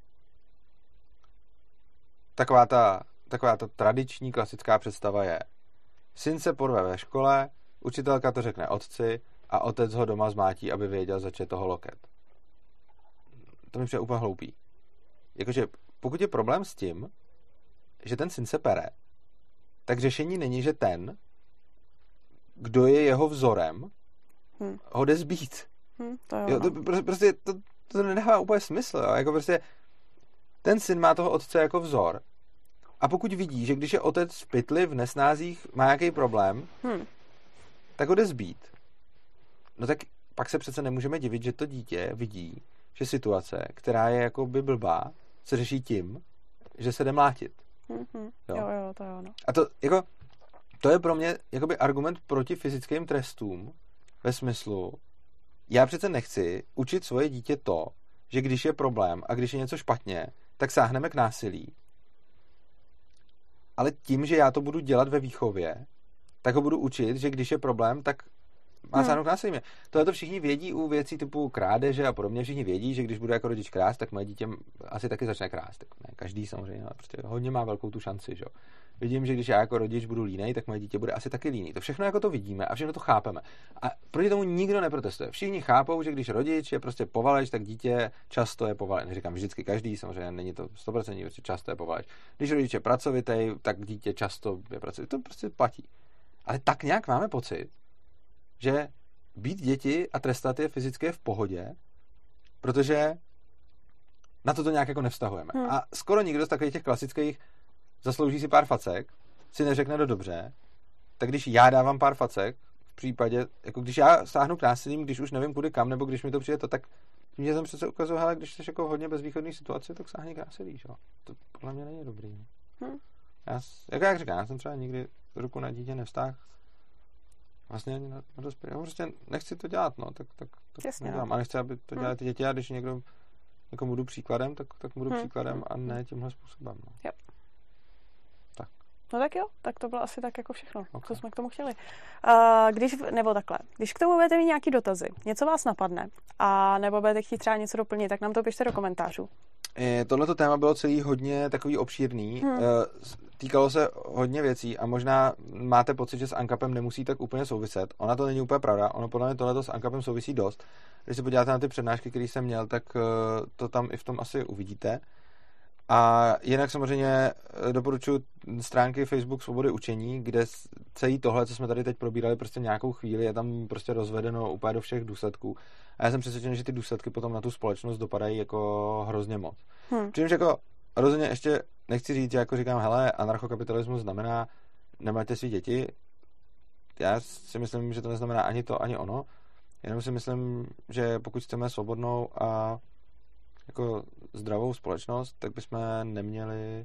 taková ta, taková ta tradiční klasická představa je syn se porve ve škole, učitelka to řekne otci a otec ho doma zmátí, aby věděl, za čeho je toho loket. To mi přijde úplně hloupý. Jakože pokud je problém s tím, že ten syn se pere, tak řešení není, že ten, kdo je jeho vzorem, hmm. ho jde zbít. Hmm, to jo, jo, to, no. prostě to, to nedává úplně smysl. Jo? Jako prostě ten syn má toho otce jako vzor. A pokud vidí, že když je otec v pytli, v nesnázích, má nějaký problém, hmm. tak ho jde zbít. No tak pak se přece nemůžeme divit, že to dítě vidí, že situace, která je jakoby blbá, se řeší tím, že se jde mlátit. Mm-hmm. Jo? jo, jo, to jo, no. A to, jako, to je pro mě jakoby argument proti fyzickým trestům ve smyslu, já přece nechci učit svoje dítě to, že když je problém a když je něco špatně, tak sáhneme k násilí. Ale tím, že já to budu dělat ve výchově, tak ho budu učit, že když je problém, tak má sáhnout k násilí. Tohle to všichni vědí u věcí typu krádeže a podobně. Všichni vědí, že když bude jako rodič krást, tak moje dítě asi taky začne krást. Tak ne, každý samozřejmě, ale prostě hodně má velkou tu šanci, že jo. Vidím, že když já jako rodič budu línej, tak moje dítě bude asi taky líný. To všechno jako to vidíme a všechno to chápeme. A proti tomu nikdo neprotestuje. Všichni chápou, že když rodič je prostě povaleč, tak dítě často je povaleč. Neříkám vždycky každý, samozřejmě není to sto procent, prostě často je povaleč. Když rodič je pracovitý, tak dítě často je pracovitý. To prostě platí. Ale tak nějak máme pocit, že být děti a trestat je fyzicky v pohodě, protože na to to nějak jako nevztahujeme. Hmm. A skoro nikdo z takových těch klasických zaslouží si pár facek, si neřekne do dobře, tak když já dávám pár facek, v případě, jako když já stáhnu k násilím, když už nevím kudy kam, nebo když mi to přijde to, tak tím, že jsem přece ukazoval, hele, když jsi jako v hodně bezvýchodné situaci, tak sáhni k násilí, že? To podle mě není dobrý. Hmm. Já, jako jak říkám, já jsem třeba nikdy ruku na dítě nevstáhl. Vlastně ani na, na dospělý. Já prostě nechci to dělat, no, tak, tak, tak Jasně, nedělám. No. A nechci, aby to dělali ty děti, a když někdo jako budu příkladem, tak, tak budu hmm. příkladem a ne tímhle způsobem. No. Jo. Tak. No tak jo, tak to bylo asi tak jako všechno, okay. Co jsme k tomu chtěli. Uh, když, nebo takhle, když k tomu budete mít nějaký dotazy, něco vás napadne, a nebo budete chtít třeba něco doplnit, tak nám to pište do komentářů. Tohleto téma bylo celý hodně takový obšírný. Hmm. Týkalo se hodně věcí a možná máte pocit, že s ANCAPem nemusí tak úplně souviset. Ona to není úplně pravda. Ono podle mě tohleto s ANCAPem souvisí dost. Když se podíváte na ty přednášky, které jsem měl, tak to tam i v tom asi uvidíte. A jinak samozřejmě doporučuji stránky Facebook Svobody učení, kde celý tohle, co jsme tady teď probírali prostě nějakou chvíli, je tam prostě rozvedeno úplně do všech důsledků. A já jsem přesvědčený, že ty důsledky potom na tu společnost dopadají jako hrozně moc. Hmm. Přičemž jako rozhodně ještě nechci říct, že jako říkám, hele, anarchokapitalismus znamená nemajte svý děti. Já si myslím, že to neznamená ani to, ani ono. Jenom si myslím, že pokud chceme svobodnou a jako zdravou společnost, tak bychom neměli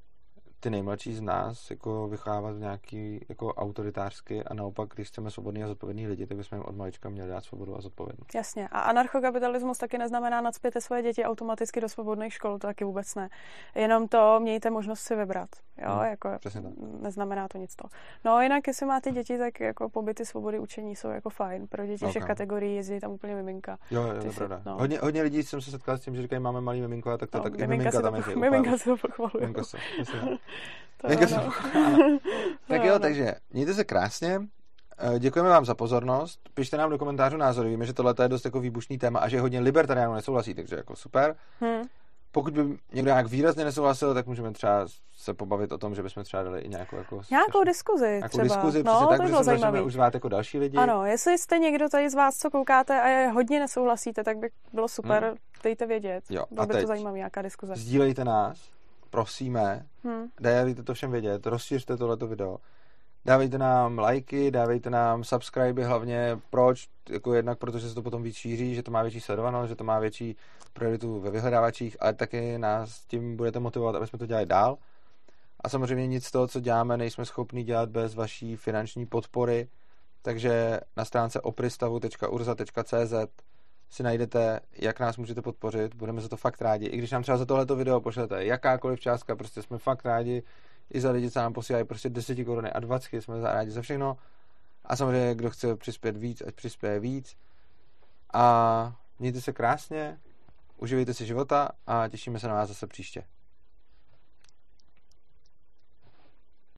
ty nejmladší z nás jako vychovávat nějaký jako autoritářsky a naopak, když chceme svobodný a zodpovědný lidi, tak bychom jim od malička měli dát svobodu a zodpovědnost. Jasně. A anarchokapitalismus taky neznamená nacpěte svoje děti automaticky do svobodných škol, to taky vůbec ne. Jenom to mějte možnost si vybrat. Jo, hmm, jako neznamená to nic to. No jinak, jestli máte děti, tak jako pobyty svobody učení jsou jako fajn. Pro děti okay. všech kategorií jezdí tam úplně miminka. Jo, jo, to je pravda. No. Hodně, hodně lidí jsem se setkal s tím, že říkají, máme malý miminko, a tak to no, tak miminka, miminka tam je. Miminka si to pochvaluje. Miminka se, miminka se Tak jo, takže mějte se krásně. Děkujeme vám za pozornost. Pište nám do komentářů názory. Víme, že tohle je dost jako výbušný téma a že hodně libertariánů nesouhlasí, takže jako super. Hmm. Pokud by někdo nějak výrazně nesouhlasil, tak můžeme třeba se pobavit o tom, že bychom třeba dali i nějakou jako nějakou diskuzi nějakou třeba. diskuzi, no, přesně tak, to protože se můžeme užívat jako další lidi. Ano, jestli jste někdo tady z vás, co koukáte a je hodně nesouhlasíte, tak by bylo super, hmm. dejte vědět. Jo, bylo by to zajímavé, nějaká diskuze. Sdílejte nás, prosíme, hmm. dejte to všem vědět, rozšířte tohleto video. Dávejte nám lajky, dávejte nám subscribe, hlavně proč, jako jednak protože se to potom víc šíří, že to má větší sledovanost, že to má větší prioritu ve vyhledávačích, ale taky nás tím budete motivovat, aby jsme to dělali dál. A samozřejmě nic z toho, co děláme, nejsme schopni dělat bez vaší finanční podpory, takže na stránce opristavu tečka urza tečka cz si najdete, jak nás můžete podpořit, budeme za to fakt rádi. I když nám třeba za tohleto video pošlete jakákoliv částka, prostě jsme fakt rádi, i za lidi, co nám posílají prostě deset koruny a dvacet, jsme rádi za všechno. A samozřejmě, kdo chce přispět víc, ať přispěje víc. A mějte se krásně, uživejte si života a těšíme se na vás zase příště.